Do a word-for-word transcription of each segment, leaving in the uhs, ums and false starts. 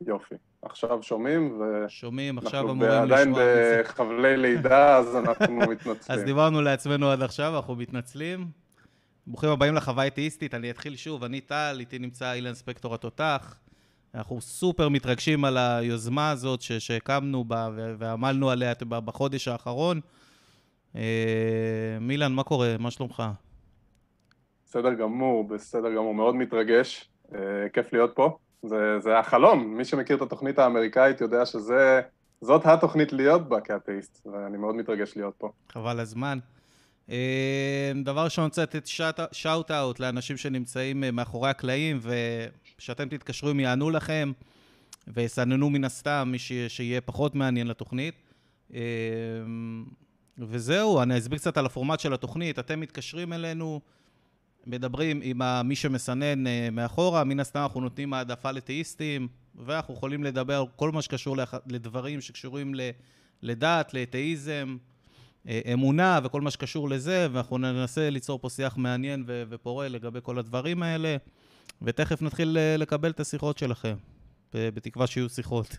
יופי. עכשיו שומעים, שומעים, עכשיו ואנחנו אמורים עדיין לשמוע מי זה. בחבלי לידה, אז אנחנו אז מתנצלים. דיברנו לעצמנו עד עכשיו, אנחנו מתנצלים. ברוכים הבאים לחווה אתאיסטית, אני אתחיל שוב, אני טל, איתי נמצא אילן ספקטור התותח. אנחנו סופר מתרגשים על היוזמה הזאת ש- שהקמנו בה ו- ועמלנו עליה ב- בחודש האחרון. אה, מילן, מה קורה? מה שלומך? בסדר גמור, בסדר גמור, מאוד מתרגש, אה, כיף להיות פה. זה, זה החלום, מי שמכיר את התוכנית האמריקאית יודע שזה, זאת התוכנית להיות בה כאתאיסט, ואני מאוד מתרגש להיות פה. חבל הזמן. אה, דבר ראשון, אני רוצה לתת שאוט-אוט לאנשים שנמצאים אה, מאחורי הקלעים, ושאתם תתקשרו הם יענו לכם, ויסננו מן הסתם מי ש- שיהיה פחות מעניין לתוכנית. אה, וזהו, אני אסביר קצת על הפורמט של התוכנית. אתם מתקשרים אלינו, מדברים עם ה- מי שמסנן אה, מאחורה, מן הסתם אנחנו נותנים העדפה לתאיסטים, ואנחנו יכולים לדבר על כל מה שקשור לאח- לדברים שקשורים ל- לדת, לאתאיזם, אה, אמונה וכל מה שקשור לזה, ואנחנו ננסה ליצור פה שיח מעניין ו- ופורה לגבי כל הדברים האלה, ותכף נתחיל אה, לקבל את השיחות שלכם, ב- בתקווה שיהיו שיחות.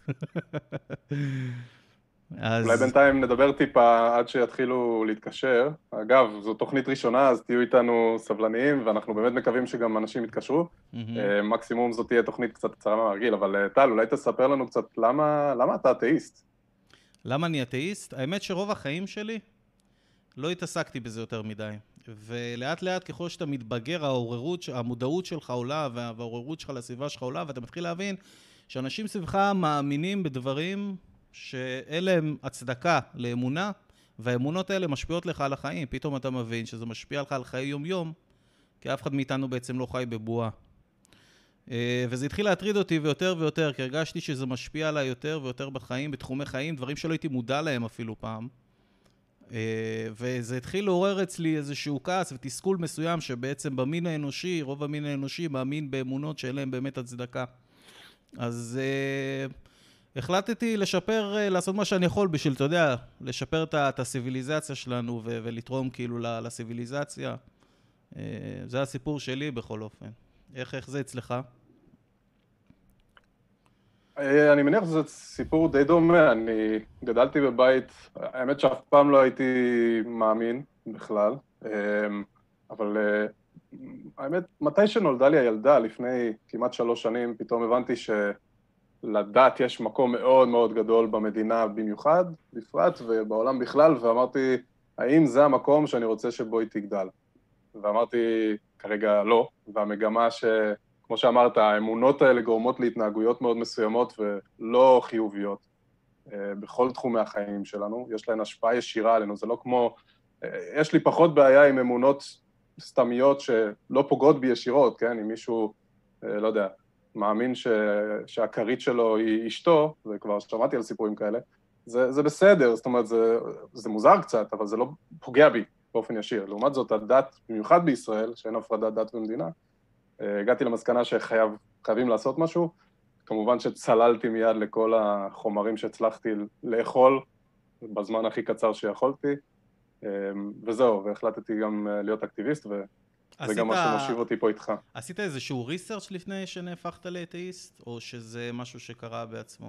אולי אז בינתיים נדבר טיפה עד שיתחילו להתקשר. אגב, זו תוכנית ראשונה, אז תהיו איתנו סבלניים, ואנחנו באמת מקווים שגם אנשים יתקשרו. מהמם. אה, מקסימום זאת תהיה תוכנית קצת קצרה מהרגיל, אבל אה, טל, אולי תספר לנו קצת למה, למה אתה אתאיסט? למה אני אתאיסט? האמת שרוב החיים שלי לא התעסקתי בזה יותר מדי. ולאט לאט ככל שאתה מתבגר, העוררות, המודעות שלך עולה, וה- והעוררות שלך לסביבה שלך עולה, ואתה מתחיל להבין שאנשים סביבך מאמינים בדברים שאלה הם הצדקה לאמונה, והאמונות האלה משפיעות לך על החיים. פתאום אתה מבין שזה משפיע לך על חיי יום-יום, כי אף אחד מאיתנו בעצם לא חי בבועה. אה, וזה התחיל להטריד אותי ויותר ויותר, כי הרגשתי שזה משפיע עליי יותר ויותר בחיים, בתחומי חיים, דברים שלא הייתי מודע להם אפילו פעם. אה, וזה התחיל לעורר אצלי איזשהו כעס ותסכול מסוים שבעצם במין האנושי, רוב המין האנושי מאמין באמונות שאין להם באמת הצדקה. אז אה, החלטתי לשפר, אה, לעשות מה שאני יכול בשביל, אתה יודע, לשפר את ה- את הסיביליזציה שלנו ו- ולתרום כאילו ל- לסיביליזציה. אה, זה הסיפור שלי בכל אופן. איך, איך זה אצלך? אה, אני מניח שזה סיפור די דומה, אני גדלתי בבית, האמת שאף פעם לא הייתי מאמין בכלל, אה, אבל אה, האמת, מתי שנולדה לי הילדה, לפני כמעט שלוש שנים, פתאום הבנתי שלדת יש מקום מאוד מאוד גדול במדינה במיוחד, בפרט, ובעולם בכלל, ואמרתי, האם זה המקום שאני רוצה שבו היא תגדל? ואמרתי, כרגע לא, והמגמה ש... כמו שאמרת, האמונות האלה גורמות להתנהגויות מאוד מסוימות ולא חיוביות אה, בכל תחומי החיים שלנו, יש להן השפעה ישירה עלינו, זה לא כמו, אה, יש לי פחות בעיה עם אמונות סתמיות שלא פוגעות בי ישירות, כן? אם מישהו, אה, לא יודע, מאמין ש... שהכרית שלו היא אשתו, וכבר שמעתי על סיפורים כאלה, זה, זה בסדר, זאת אומרת, זה, זה מוזר קצת, אבל זה לא פוגע בי באופן ישיר. לעומת זאת, הדת, במיוחד בישראל, שאין הפרדת דת ומדינה, הגעתי למסקנה שחייבים לעשות משהו, כמובן שצללתי מיד לכל החומרים שהצלחתי לאכול בזמן הכי קצר שיכולתי, וזהו, והחלטתי גם להיות אקטיביסט, וזה גם עשית, מה שמושיב אותי פה איתך. עשית איזשהו ריסרצ' לפני שנהפכת לאתאיסט, או שזה משהו שקרה בעצמו?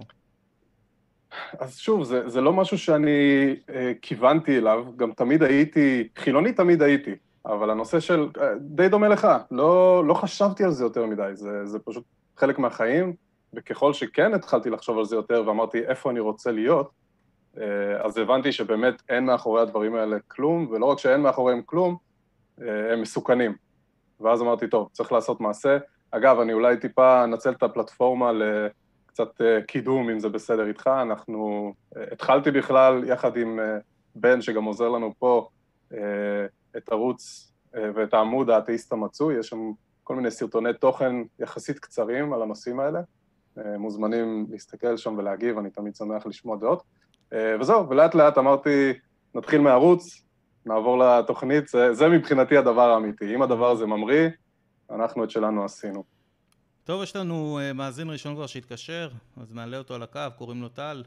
אז שוב, זה, זה לא משהו שאני אה, כיוונתי אליו, גם תמיד הייתי, חילוני תמיד הייתי, אבל הנושא של, אה, די דומה לך, לא, לא חשבתי על זה יותר מדי, זה, זה פשוט חלק מהחיים, וככל שכן התחלתי לחשוב על זה יותר ואמרתי איפה אני רוצה להיות, אה, אז הבנתי שבאמת אין מאחורי הדברים האלה כלום, ולא רק שאין מאחוריהם כלום, אה, הם מסוכנים. ואז אמרתי, טוב, צריך לעשות מעשה. אגב, אני אולי טיפה אנצל את הפלטפורמה לקצת קידום, אם זה בסדר איתך. אנחנו, התחלתי בכלל יחד עם בן, שגם עוזר לנו פה, את ערוץ ואת העמוד האתאיסט המצוי, יש שם כל מיני סרטוני תוכן יחסית קצרים על הנושאים האלה, מוזמנים להסתכל שם ולהגיב, אני תמיד שמח לשמוע דעות. וזהו, ולאט לאט אמרתי, נתחיל מהערוץ, נעבור לתוכנית, זה, זה מבחינתי הדבר האמיתי. אם הדבר הזה ממריא, אנחנו את שלנו עשינו. טוב, יש לנו uh, מאזין ראשון כבר שהתקשר, אז נעלה אותו על הקו, קוראים לו טל.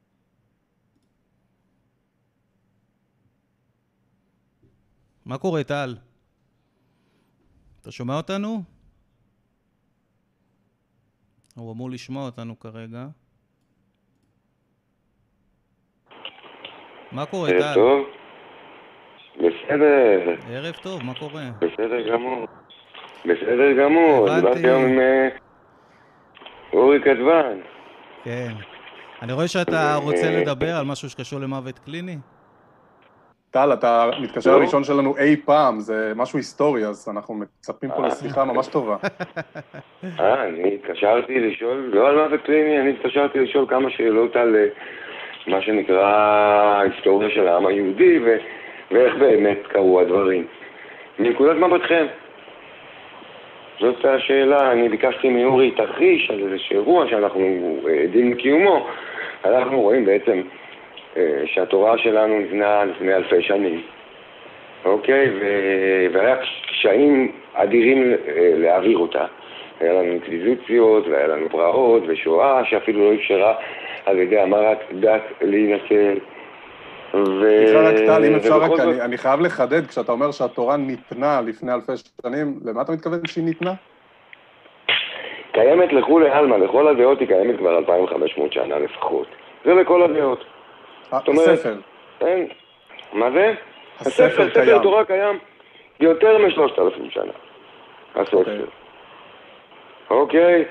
מה קורה, טל? אתה שומע אותנו? הוא אמור לשמוע אותנו כרגע. מה קורה, טל? ערב טוב? בסדר. ערב טוב, מה קורה? בסדר גמור. בסדר גמור. הבנתי. דיברתי היום עם אורי כתבן. כן. אני רואה שאתה רוצה לדבר על משהו שקשור למוות קליני? טל, אתה מתקשר הראשון שלנו אי פעם, זה משהו היסטורי, אז אנחנו מצפים פה לשיחה ממש טובה. אה, אני התקשרתי לשאול, לא על מוות קליני, אני התקשרתי לשאול כמה שאלות על מה שנקרא ההיסטוריה של העם היהודי, ואיך באמת קרו הדברים. מנקודת מבטכם. זאת השאלה, אני ביקשתי מאורי תרחיש על איזה אירוע שאנחנו עדים לקיומו. אנחנו רואים בעצם שהתורה שלנו נבנה לפני אלפי שנים, אוקיי? והיה קשיים אדירים להעביר אותה. היה לנו אינקוויזיציות והיה לנו פרעות ושואה שאפילו לא אפשרה על ידי המרת דת להינצל. סליחה רק טל, אם אפשר רק, אני, אני חייב לחדד, כשאתה אומר שהתורה ניתנה לפני אלפי שנים, למה אתה מתכוון שהיא ניתנה? קיימת לכולי עלמא, לכל הדעות היא קיימת כבר אלפיים וחמש מאות שנה לפחות. זה לכל הדעות. הספר. אין, מה זה? הספר, הספר, הספר ספר תורה קיים יותר משלושת אלפים שנה. הספר. אוקיי,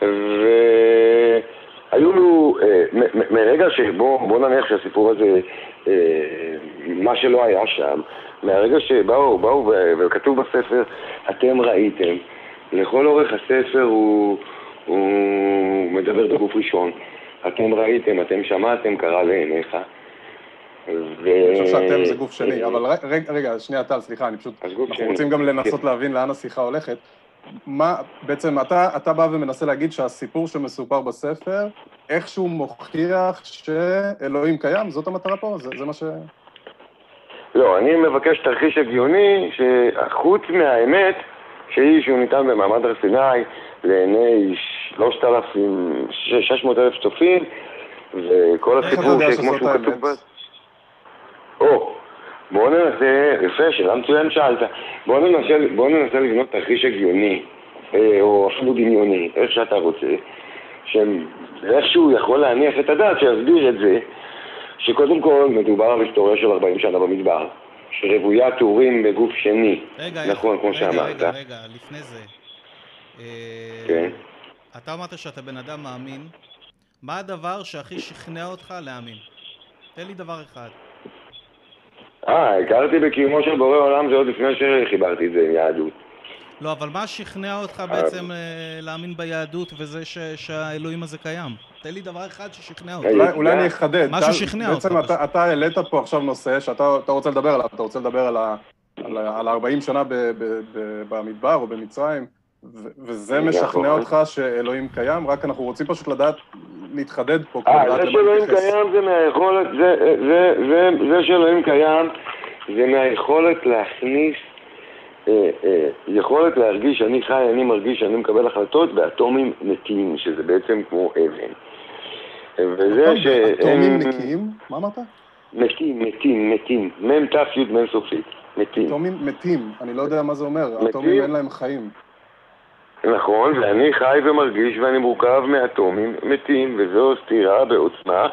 והיו לו, מרגע שבוא, בוא נניח שהסיפור הזה, מה שלא היה שם, מהרגע שבאו, באו וכתוב בספר, אתם ראיתם, לכל אורך הספר הוא, הוא מדבר בגוף ראשון. אתם ראיתם, אתם שמעתם, קרא לעיניך. אני חושב שאתם זה גוף שני, אבל רגע, רגע, שנייה טל, סליחה, אני פשוט, אנחנו רוצים גם לנסות להבין לאן השיחה הולכת. מה, בעצם אתה, אתה בא ומנסה להגיד שהסיפור שמסופר בספר, איכשהו מוכיח שאלוהים קיים? זאת המטרה פה? זה, זה מה ש... לא, אני מבקש תרחיש הגיוני שחוץ מהאמת, שהיא שהוא ניתן במעמד הר סיני לעיני שלושת אלפים ושש מאות אלף צופים, וכל הסיפור שכמו שהוא כתוב בה... או, בואו ננסה, יפה, שאלה מצוין שאלת, בואו ננסה, בואו ננסה לבנות תרחיש הגיוני, או אפילו דמיוני, איך שאתה רוצה, שאיכשהו יכול להניח את הדעת שיסביר את זה, שקודם כל מדובר על היסטוריה של ארבעים שנה במדבר, שרבויה תיאורים בגוף שני, רגע, נכון, כמו רגע, שאמרת. רגע, רגע, לפני זה. כן. אתה אמרת שאתה בן אדם מאמין, מה הדבר שהכי שכנע אותך להאמין? תן לי דבר אחד. אה, הכרתי בקיומו של בורא עולם, זה עוד לפני שחיברתי את זה עם יהדות. לא, אבל מה שכנע אותך בעצם להאמין ביהדות וזה שהאלוהים הזה קיים? תן לי דבר אחד ששכנע אותך. אולי אני אחדד. משהו שכנע אותך. בעצם אתה העלית פה עכשיו נושא שאתה רוצה לדבר עליו, אתה רוצה לדבר על ארבעים שנה במדבר או במצרים, וזה משכנע אותך שאלוהים קיים, רק אנחנו רוצים פשוט לדעת, להתחדד פה. אה, זה שאלוהים קיים זה מהיכולת, זה שאלוהים קיים זה מהיכולת להכניס, יכולת להרגיש שאני חי, אני מרגיש שאני מקבל החלטות באטומים נקיים, שזה בעצם כמו אבן. וזה ש... אטומים נקיים? מה אמרת? מתים, מתים, מתים. מם תף יוד מן סופית. מתים. אטומים מתים, אני לא יודע מה זה אומר. אטומים אין להם חיים. נכון, ואני חי ומרגיש ואני מורכב מאטומים מתים, וזו סתירה בעוצמה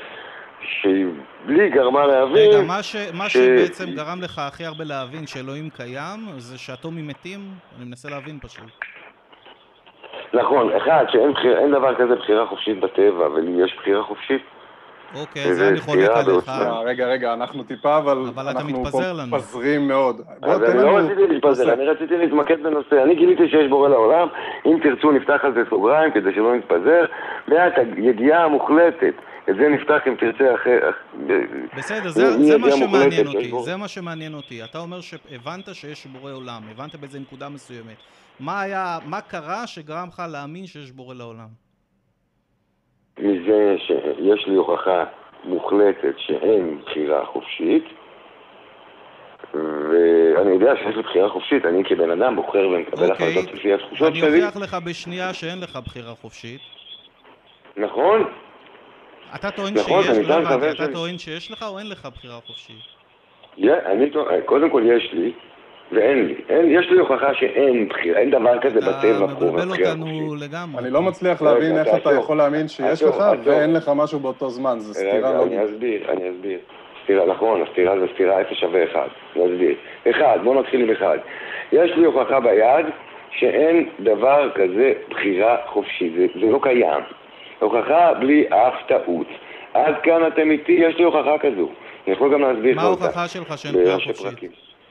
שבלי גרמה להבין... רגע, מה, ש... מה ש... שבעצם גרם לך הכי הרבה להבין שאלוהים קיים, זה שאטומים מתים? אני מנסה להבין פשוט. נכון, אחד, שאין בחיר... אין דבר כזה בחירה חופשית בטבע, ולי יש בחירה חופשית. אוקיי, זה אני חולק עליך. רגע, רגע, אנחנו טיפה, אבל, אבל אנחנו פה פזרים מאוד. אז אני לא רציתי להתפזר, אני רציתי להתמקד בנושא. אני גיליתי שיש בורא לעולם, אם תרצו נפתח על זה סוגריים כדי שלא נתפזר, ואת הידיעה המוחלטת, את זה נפתח אם תרצה אחר... בסדר, זה, זה מה שמעניין אותי, זה מה שמעניין אותי. אתה אומר שהבנת שיש בורא עולם, הבנת באיזה נקודה מסוימת. מה היה, מה קרה שגרם לך להאמין שיש בורא לעולם? מזה שיש לי הוכחה מוחלטת שאין בחירה חופשית, ואני יודע שיש לי בחירה חופשית, אני כבן אדם בוחר ומקבל החלטות לפי התחושות שלי. אני אוכיח לך בשנייה שאין לך בחירה חופשית. נכון. אתה טוען שיש, לא הבנתי, אתה טוען שיש לך או אין לך בחירה חופשית? קודם כל יש לי, ואין לי. אין, יש לי הוכחה שאין בחירה, אין דבר כזה בטבע. אתה מבלבל אותנו לגמרי. אני לא מצליח להבין איך אתה יכול להאמין שיש לך ואין לך משהו באותו זמן, זה סתירה לא... אני אסביר, אני אסביר. סתירה, נכון, הסתירה זה סתירה אפס שווה אחד. אני אסביר. אחד, בוא נתחיל עם אחד. יש לי הוכחה ביד שאין דבר כזה בחירה חופשית, זה, זה לא קיים. הוכחה בלי אף טעות. עד כאן אתם איתי, יש לי הוכחה כזו. אני יכול גם להסביר מה לך אותה. ההוכחה שלך שאין בחירה חופשית?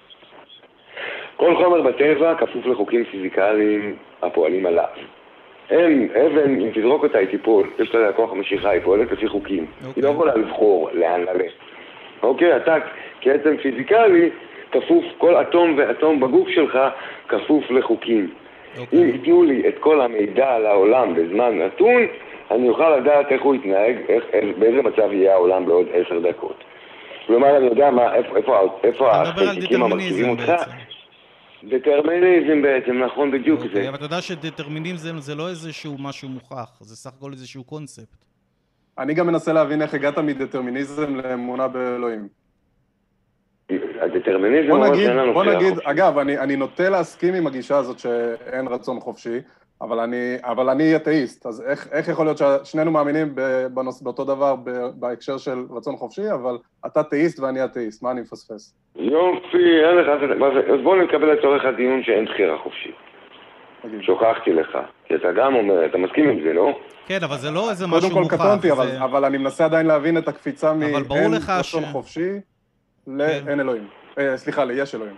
כל חומר בטבע כפוף לחוקים פיזיקליים הפועלים עליו. אין, אבן, אם תזרוק אותה היא תיפול, יש לה כוח המשיכה, היא פועלת לפי חוקים. Okay. היא לא יכולה לבחור לאן ללכת. אוקיי, אתה כעצם פיזיקלי, כפוף, כל אטום ואטום בגוף שלך כפוף לחוקים. Okay. אם ייתנו לי את כל המידע על העולם בזמן נתון, אני אוכל לדעת איך הוא יתנהג, איך, באיזה מצב יהיה העולם בעוד עשר דקות. כלומר, אני יודע מה, איפה, איפה, איפה החלקיקים המרכיבים אותך. דטרמיניזם בעצם, נכון בדיוק זה. אוקיי, אבל אתה יודע שדטרמיניזם זה לא איזשהו משהו מוכח, זה סך הכל איזשהו קונספט. אני גם מנסה להבין איך הגעת מדטרמיניזם לאמונה באלוהים. הדטרמיניזם בוא נגיד, בוא נגיד, אגב, אני, אני נוטה להסכים עם הגישה הזאת שאין רצון חופשי, אבל אני, אבל אני אתאיסט, אז איך, איך יכול להיות ששנינו מאמינים בנוס, באותו דבר בהקשר של רצון חופשי, אבל אתה תאיסט ואני אתאיסט, מה אני מפספס? יופי, אין לך, אז בוא נקבל לצורך הדיון שאין בחירה חופשית. שוכחתי לך, כי אתה גם אומר, אתה מסכים עם זה, לא? כן, אבל זה לא איזה משהו מוכח. קודם כל קטונתי, אבל, אבל אני מנסה עדיין להבין את הקפיצה מאין רצון חופשי לאין אלוהים. סליחה, ליש אלוהים.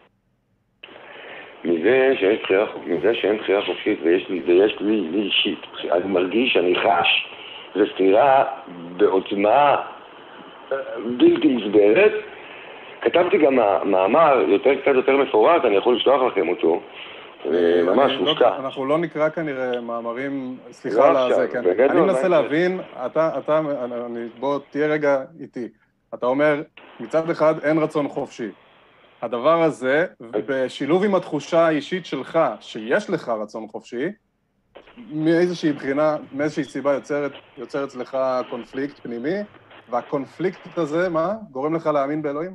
מזה שיש בחירה, מזה שאין בחירה חופשית ויש לי, ויש לי, לי אישית, אני מרגיש, אני חש, זו סתירה בעוצמה בלתי מוסברת. כתבתי גם מאמר יותר קצת יותר מפורט, אני יכול לשלוח לכם אותו, ממש מושקע. אנחנו לא נקרא כנראה מאמרים, סליחה על זה, כן. אני מנסה להבין, אתה, אתה, בוא תהיה רגע איתי. אתה אומר, מצד אחד אין רצון חופשי. הדבר הזה, בשילוב עם התחושה האישית שלך, שיש לך רצון חופשי, מאיזושהי בחינה, מאיזושהי סיבה יוצרת, יוצר אצלך קונפליקט פנימי, והקונפליקט הזה, מה? גורם לך להאמין באלוהים?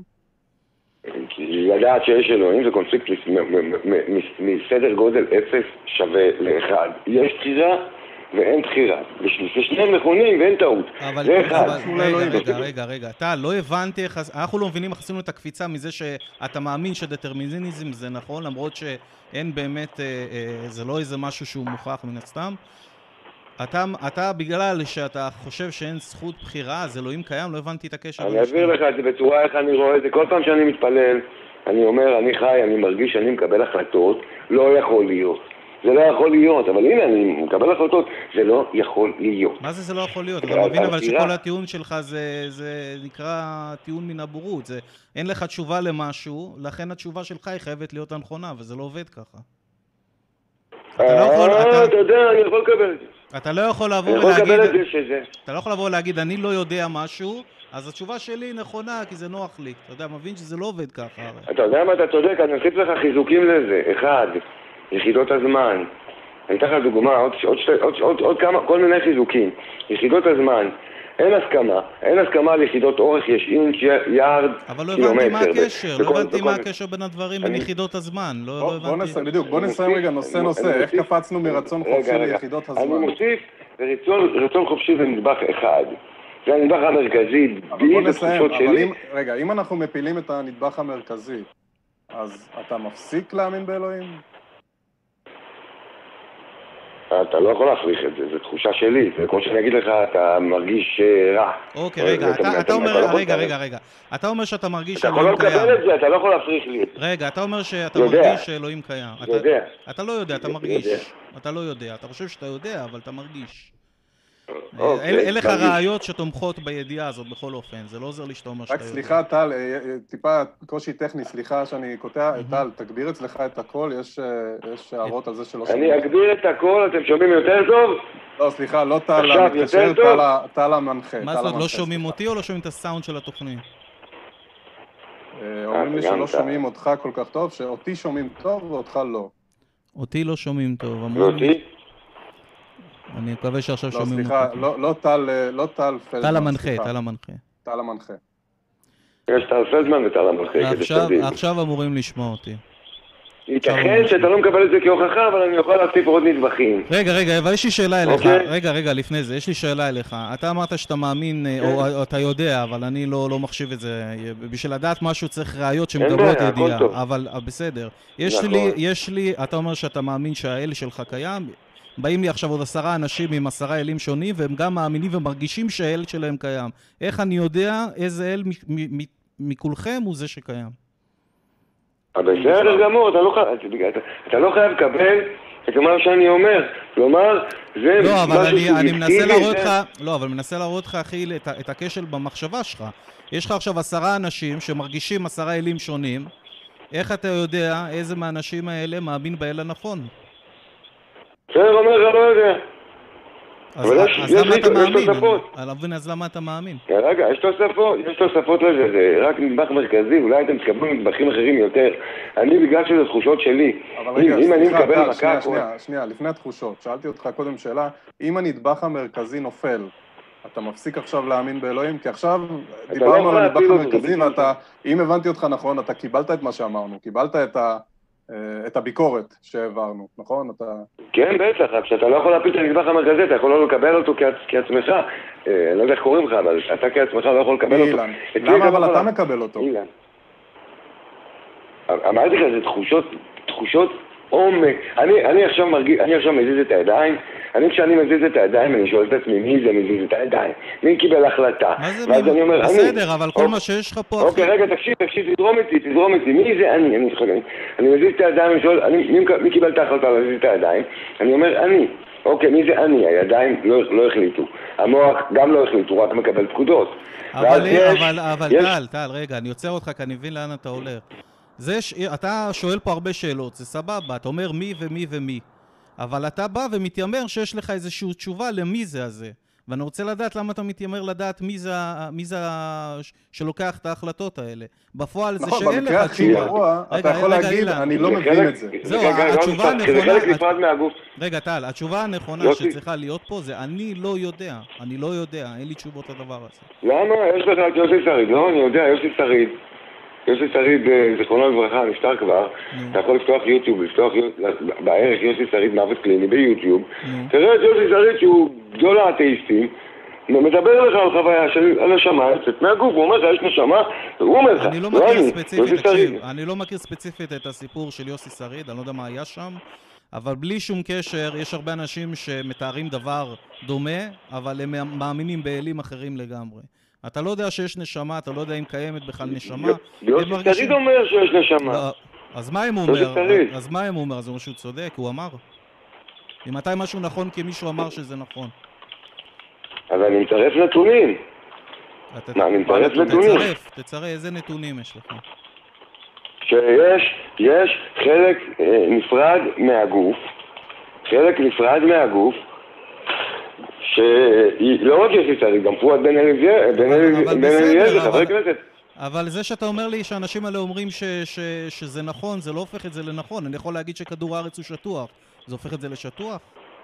לדעת שיש אלוהים זה קונפליקט מסדר גודל אפס שווה לאחד. יש בחירה ואין בחירה. ושניהם נכונים ואין טעות. זה אחד. רגע, רגע, רגע. אתה לא הבנתי איך... אנחנו לא מבינים איך עשינו את הקפיצה מזה שאתה מאמין שדטרמיניזם זה נכון, למרות שאין באמת... זה לא איזה משהו שהוא מוכח מן הסתם. אתה, אתה בגלל שאתה חושב שאין זכות בחירה, אז אלוהים קיים, לא הבנתי את הקשר. אני אעביר לך את זה בצורה איך אני רואה את זה. כל פעם שאני מתפלל, אני אומר, אני חי, אני מרגיש שאני מקבל החלטות, לא יכול להיות. זה לא יכול להיות, אבל הנה, אני מקבל החלטות, זה לא יכול להיות. מה זה זה לא יכול להיות? אתה מבין אבל שכל הטיעון שלך זה, זה נקרא טיעון מן הבורות. זה, אין לך תשובה למשהו, לכן התשובה שלך היא חייבת להיות הנכונה, וזה לא עובד ככה. אתה לא יכול... אתה יודע, אני יכול לקבל את זה. אתה לא יכול לבוא ולהגיד, אתה לא יכול לבוא ולהגיד, אני לא יודע משהו, אז התשובה שלי נכונה, כי זה נוח לי. אתה יודע, מבין שזה לא עובד ככה. אתה יודע מה, אתה צודק, אני אוסיף לך חיזוקים לזה. אחד, יחידות הזמן. אני אתן לך דוגמה, עוד, עוד, עוד, עוד, עוד כמה, כל מיני חיזוקים. יחידות הזמן. אין הסכמה, אין הסכמה על יחידות אורך, יש אינץ', יארד, קילומטר. אבל לא הבנתי מה הקשר, לא הבנתי מה הקשר בין הדברים, בין יחידות הזמן, לא הבנתי. בדיוק, בוא נסיים רגע נושא נושא, איך קפצנו מרצון חופשי ליחידות הזמן? אני מוסיף, רצון חופשי זה נדבך אחד, זה הנדבך המרכזי, בי בתחושות שלי. רגע, אם אנחנו מפילים את הנדבך המרכזי, אז אתה מפסיק להאמין באלוהים? אתה לא יכול להפריך את זה, זו תחושה שלי, זה כמו שאני אגיד לך, אתה מרגיש רע. אוקיי, רגע, אתה אומר, רגע, רגע, רגע, אתה אומר שאתה מרגיש שאלוהים קיים. אתה יכול לקבל את זה, אתה לא יכול להפריך לי את זה. רגע, אתה אומר שאתה מרגיש שאלוהים קיים. יודע. אתה לא יודע, אתה מרגיש. אתה לא יודע, אתה חושב שאתה יודע, אבל אתה מרגיש. אין לך ראיות שתומכות בידיעה הזאת בכל אופן, זה לא עוזר לי שאתה אומר שאתה יודע. רק סליחה, טל, טיפה קושי טכני, סליחה שאני קוטע, טל, תגביר אצלך את הכל, יש הערות על זה שלא שומעים. אני אגביר את הכל, אתם שומעים יותר טוב? לא, סליחה, לא טל המתקשר, טל המנחה. מה זאת, לא שומעים אותי או לא שומעים את הסאונד של התוכנית? אומרים לי שלא שומעים אותך כל כך טוב, שאותי שומעים טוב ואותך לא. אותי לא שומעים טוב. ואותי? אני מקווה שעכשיו לא, שומעים סליחה, אותי. לא, לא טל, לא טל פלדמן. טל המנחה, טל המנחה. טל המנחה. יש טל פלדמן וטל המנחה. עכשיו, עכשיו אמורים לשמוע אותי. ייתכן שאתה לא מקבל את זה כהוכחה, אבל אני יכול להוסיף עוד נדבכים. רגע, רגע, אבל יש לי שאלה אליך. רגע, רגע, לפני זה, יש לי שאלה אליך. אתה אמרת שאתה מאמין, או אתה יודע, אבל אני לא מחשיב את זה. בשביל לדעת משהו צריך ראיות שמדברות ידיעה, אבל בסדר. יש לי, אתה אומר שאתה מאמין שהאל שלך קיים, באים לי עכשיו עוד עשרה אנשים עם עשרה אלים שונים, והם גם מאמינים ומרגישים שהאל שלהם קיים. איך אני יודע איזה אל מכולכם הוא זה שקיים? בסדר גמור, אתה לא חייב לקבל את מה שאני אומר. כלומר, זה לא, אבל אני מנסה להראות לך, לא, אבל מנסה להראות לך, אחי, את הכשל במחשבה שלך. יש לך עכשיו עשרה אנשים שמרגישים עשרה אלים שונים. איך אתה יודע איזה מהאנשים האלה מאמין באל הנכון? בסדר, אומר, אני לא יודע. אז למה אתה מאמין? אז למה אתה מאמין? רגע, יש תוספות, יש תוספות לזה, זה רק נדבך מרכזי, אולי אתם תקבלו נדבכים אחרים יותר. אני בגלל שזה תחושות שלי. אבל רגע, סליחה, שנייה, שנייה, שנייה, לפני התחושות, שאלתי אותך קודם שאלה, אם הנדבך המרכזי נופל, אתה מפסיק עכשיו להאמין באלוהים? כי עכשיו דיברנו על הנדבך המרכזי, ואתה, אם הבנתי אותך נכון, אתה קיבלת את מה שאמרנו, קיבלת את ה... את הביקורת שהעברנו, נכון? אתה... כן, בטח, כשאתה לא יכול להפיל את הנדבך המרכזי, אתה יכול לא לקבל אותו כעצמך. אני לא יודע איך קוראים לך, אבל אתה כעצמך לא יכול לקבל אותו. אילן, למה אבל אתה מקבל אותו? אילן. אמרתי לך, זה תחושות, תחושות עומק. אני עכשיו מרגיש, אני עכשיו מזיז את הידיים, אני כשאני מזיז את הידיים, אני שואל את עצמי, מי זה מזיז את הידיים? מי קיבל החלטה? ואז אני אומר, בסדר, אבל כל מה שיש לך פה... אוקיי, רגע, תקשיב, תקשיב, תדרום איתי, תדרום איתי, מי זה אני? אני מזיז את הידיים, אני שואל, מי קיבל את ההחלטה להזיז את הידיים? אני אומר, אני. אוקיי, מי זה אני? הידיים לא החליטו. המוח גם לא החליטו, רק מקבל פקודות. אבל, טל, טל, רגע, אני יוצר אותך, כי אני מבין לאן אתה הולך. זה, אתה שואל פה הרבה שאלות, זה סבבה, אתה אומר מי ומי ומי. אבל אתה בא ומתיימר שיש לך איזושהי תשובה למי זה הזה. ואני רוצה לדעת למה אתה מתיימר לדעת מי זה, מי זה שלוקח את ההחלטות האלה. בפועל זה שאין לך תשובה. אתה יכול להגיד, אני לא מבין את זה. זהו, התשובה הנכונה... זה חלק נפרד מהגוף. רגע, טל, התשובה הנכונה שצריכה להיות פה זה אני לא יודע. אני לא יודע, אין לי תשובות לדבר הזה. למה? יש לך את יוסי שריד, לא? אני יודע, יוסי שריד. יוסי שריד, זכרונו לברכה, נפטר כבר, אתה יכול לפתוח יוטיוב, לפתוח בערך יוסי שריד מוות קליני ביוטיוב, תראה את יוסי שריד שהוא גדול האתאיסטים, מדבר לך על חוויה של הנשמה, יוצאת מהגוף, הוא אומר לך, יש נשמה, הוא אומר לך, אני לא מכיר ספציפית, תקשיב, אני לא מכיר ספציפית את הסיפור של יוסי שריד, אני לא יודע מה היה שם, אבל בלי שום קשר, יש הרבה אנשים שמתארים דבר דומה, אבל הם מאמינים באלים אחרים לגמרי. אתה לא יודע שיש נשמה, אתה לא יודע אם קיימת בכלל נשמה. יוסי שריד אומר שיש נשמה. אז מה אם הוא אומר? אז מה אם הוא אומר? זה משהו צודק, הוא אמר. ממתי משהו נכון כי מישהו אמר שזה נכון? אז אני מצרף נתונים. מה, אני מצרף נתונים? תצרף, תצרף, איזה נתונים יש לך? שיש, יש חלק נפרד מהגוף, חלק נפרד מהגוף, שלא רק יוסי שריד, גם פואד בן אליעזר, חברי כנסת. אבל זה שאתה אומר לי שהאנשים האלה אומרים שזה נכון, זה לא הופך את זה לנכון. אני יכול להגיד שכדור הארץ הוא שטוח. זה הופך את זה לשטוח?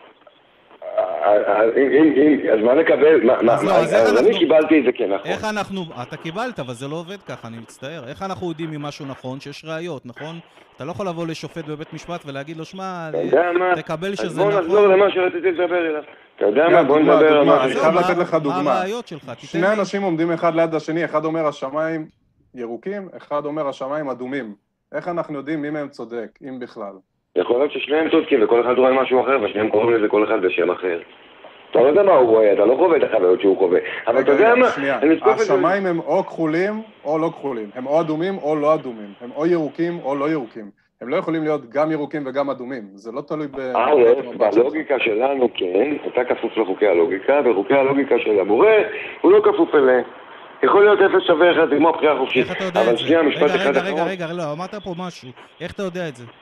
אז מה נקבל? אז אני קיבלתי את זה כנכון. איך אנחנו... אתה קיבלת, אבל זה לא עובד ככה, אני מצטער. איך אנחנו יודעים ממשהו נכון שיש ראיות, נכון? אתה לא יכול לבוא לשופט בבית משפט ולהגיד לו, שמע, תקבל שזה נכון. אז בוא נחזור למה שרציתי לדבר אליו. אתה יודע מה? בוא נדבר על מה. אני חייב לתת לך דוגמה. מה הראיות שלך? שני אנשים עומדים אחד ליד השני, אחד אומר השמיים ירוקים, אחד אומר השמיים אדומים. איך אנחנו יודעים מי מהם צודק, אם בכלל? יכול להיות ששניהם צודקים וכל אחד רואה משהו אחר, ושניהם קוראים לזה כל אחד בשם אחר. אתה לא יודע מה הוא רואה, אתה לא חווה את החוויות שהוא חווה. אבל אתה יודע מה? השמיים הם או כחולים או לא כחולים. הם או אדומים או לא אדומים. הם או ירוקים או לא ירוקים. הם לא יכולים להיות גם ירוקים וגם אדומים. זה לא תלוי ב... אה, בלוגיקה שלנו, כן, אתה כפוף לחוקי הלוגיקה, וחוקי הלוגיקה של המורה, הוא לא כפוף אליהם. יכול להיות אפס שווה אחד, כמו הבחירה חופשית. איך אתה יודע את זה? רגע, רגע, רגע, רגע, לא, אמרת פה משהו. איך אתה יודע את זה?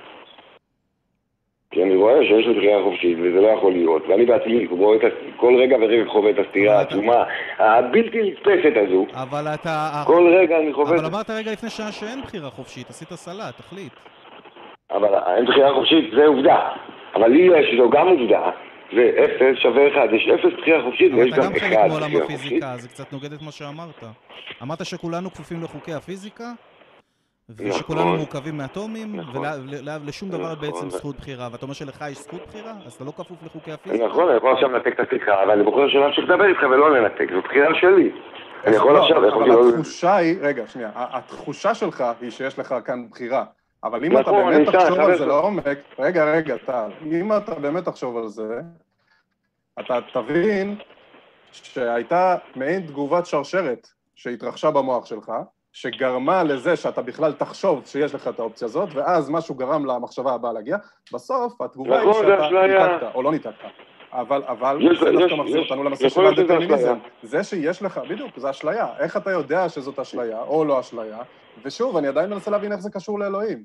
כי אני רואה שיש לי בחירה חופשית, וזה לא יכול להיות. ואני בעצמי רואה כל רגע ורגע חווה את הסתירה העצומה, הבלתי נתפסת הזו. אבל אתה... כל רגע אני חווה... אבל אמרת רגע לפני שעה שאין בחירה חופשית, עשית סלט, תחליט. אבל אין בחירה חופשית, זה עובדה. אבל לי יש, זו גם עובדה. זה אפס שווה אחד, יש אפס בחירה חופשית ויש גם אחד בחירה חופשית. אבל אתה גם חלק מעולם הפיזיקה, זה קצת נוגד את מה שאמרת. אמרת שכולנו כפופים לחוקי הפיזיקה, ושכולנו מורכבים מאטומים, ולשום דבר בעצם זכות בחירה. ואתה אומר שלך יש זכות בחירה? אז אתה לא כפוף לחוקי הפיזיקה? נכון, אני יכול עכשיו לנתק את השיחה, אבל אני בוחר שלב שתדבר איתך ולא לנתק, זו בחירה שלי. אני יכול עכשיו... אבל התחושה היא, רגע, שנייה, התחושה שלך היא שיש לך כאן בחירה. אבל אם אתה באמת תחשוב על זה לעומק, רגע, רגע, טל, אם אתה באמת תחשוב על זה, אתה תבין שהייתה מעין תגובת שרשרת שהתרחשה במוח שלך, שגרמה לזה שאתה בכלל תחשוב שיש לך את האופציה הזאת, ואז משהו גרם למחשבה הבאה להגיע, בסוף התגובה היא שאתה ניתקת, או לא ניתקת. אבל, אבל, זה דווקא מחזיר אותנו לנושא של הדטרמיניזם. זה שיש לך, בדיוק, זה אשליה. איך אתה יודע שזאת אשליה, או לא אשליה? ושוב, אני עדיין מנסה להבין איך זה קשור לאלוהים.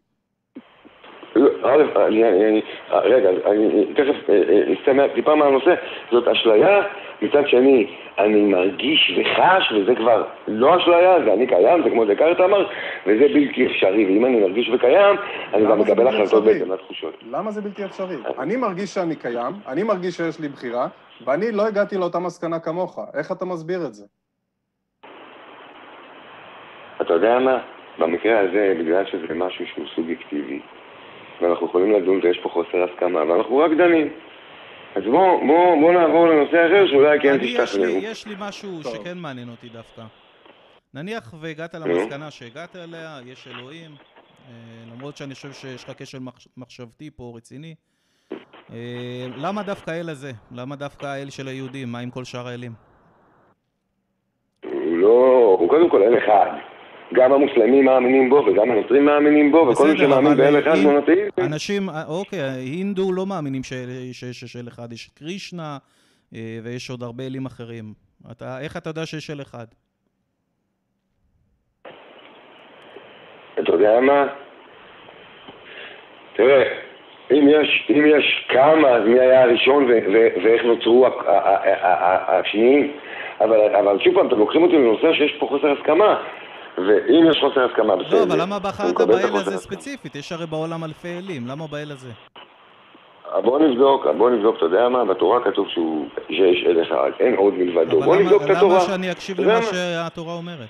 רגע, אני תכף אסתמע טיפה מהנושא. זאת אשליה, מצד שני, אני מרגיש וחש, וזה כבר לא אשליה, זה אני קיים, זה כמו דקארט אמר, וזה בלתי אפשרי, ואם אני מרגיש וקיים, אני גם מקבל החלטות בעצם לתחושות. למה זה בלתי אפשרי? אני מרגיש שאני קיים, אני מרגיש שיש לי בחירה, ואני לא הגעתי לאותה מסקנה כמוך. איך אתה מסביר את זה? אתה יודע מה? במקרה הזה, בגלל שזה משהו שהוא סובייקטיבי, ואנחנו יכולים לדון ויש פה חוסר הסכמה, ואנחנו רק דנים. אז בוא, בוא, בוא נעבור לנושא אחר שאולי כן תשתכנעו. יש לי משהו שכן מעניין אותי דווקא. נניח והגעת למסקנה שהגעת אליה, יש אלוהים, למרות שאני חושב שיש לך כשל מחשבתי פה רציני. למה דווקא האל הזה? למה דווקא האל של היהודים? מה עם כל שאר האלים? הוא לא, הוא קודם כל אל אחד. גם המוסלמים מאמינים בו וגם הנוצרים מאמינים בו, וכל מי שמאמין באל אחד מונותאיזם. אנשים, אוקיי, הינדו לא מאמינים שיש אל אחד, יש קרישנה ויש עוד הרבה אלים אחרים. איך אתה יודע שיש אל אחד? אתה יודע מה? תראה, אם יש, אם יש כמה, אז מי היה הראשון ואיך נוצרו השניים, אבל שוב פעם, אתם לוקחים אותי לנושא שיש פה חוסר הסכמה. ואם יש חוסר הסכמה בסדר. לא, אבל למה בחרת באל הזה ספציפית? יש הרי בעולם אלפי אלים, למה באל הזה? בוא נבדוק, בוא נבדוק, אתה יודע מה? בתורה כתוב שיש אל אחד, אין עוד מלבדו. בוא נבדוק את התורה. למה שאני אקשיב למה שהתורה אומרת?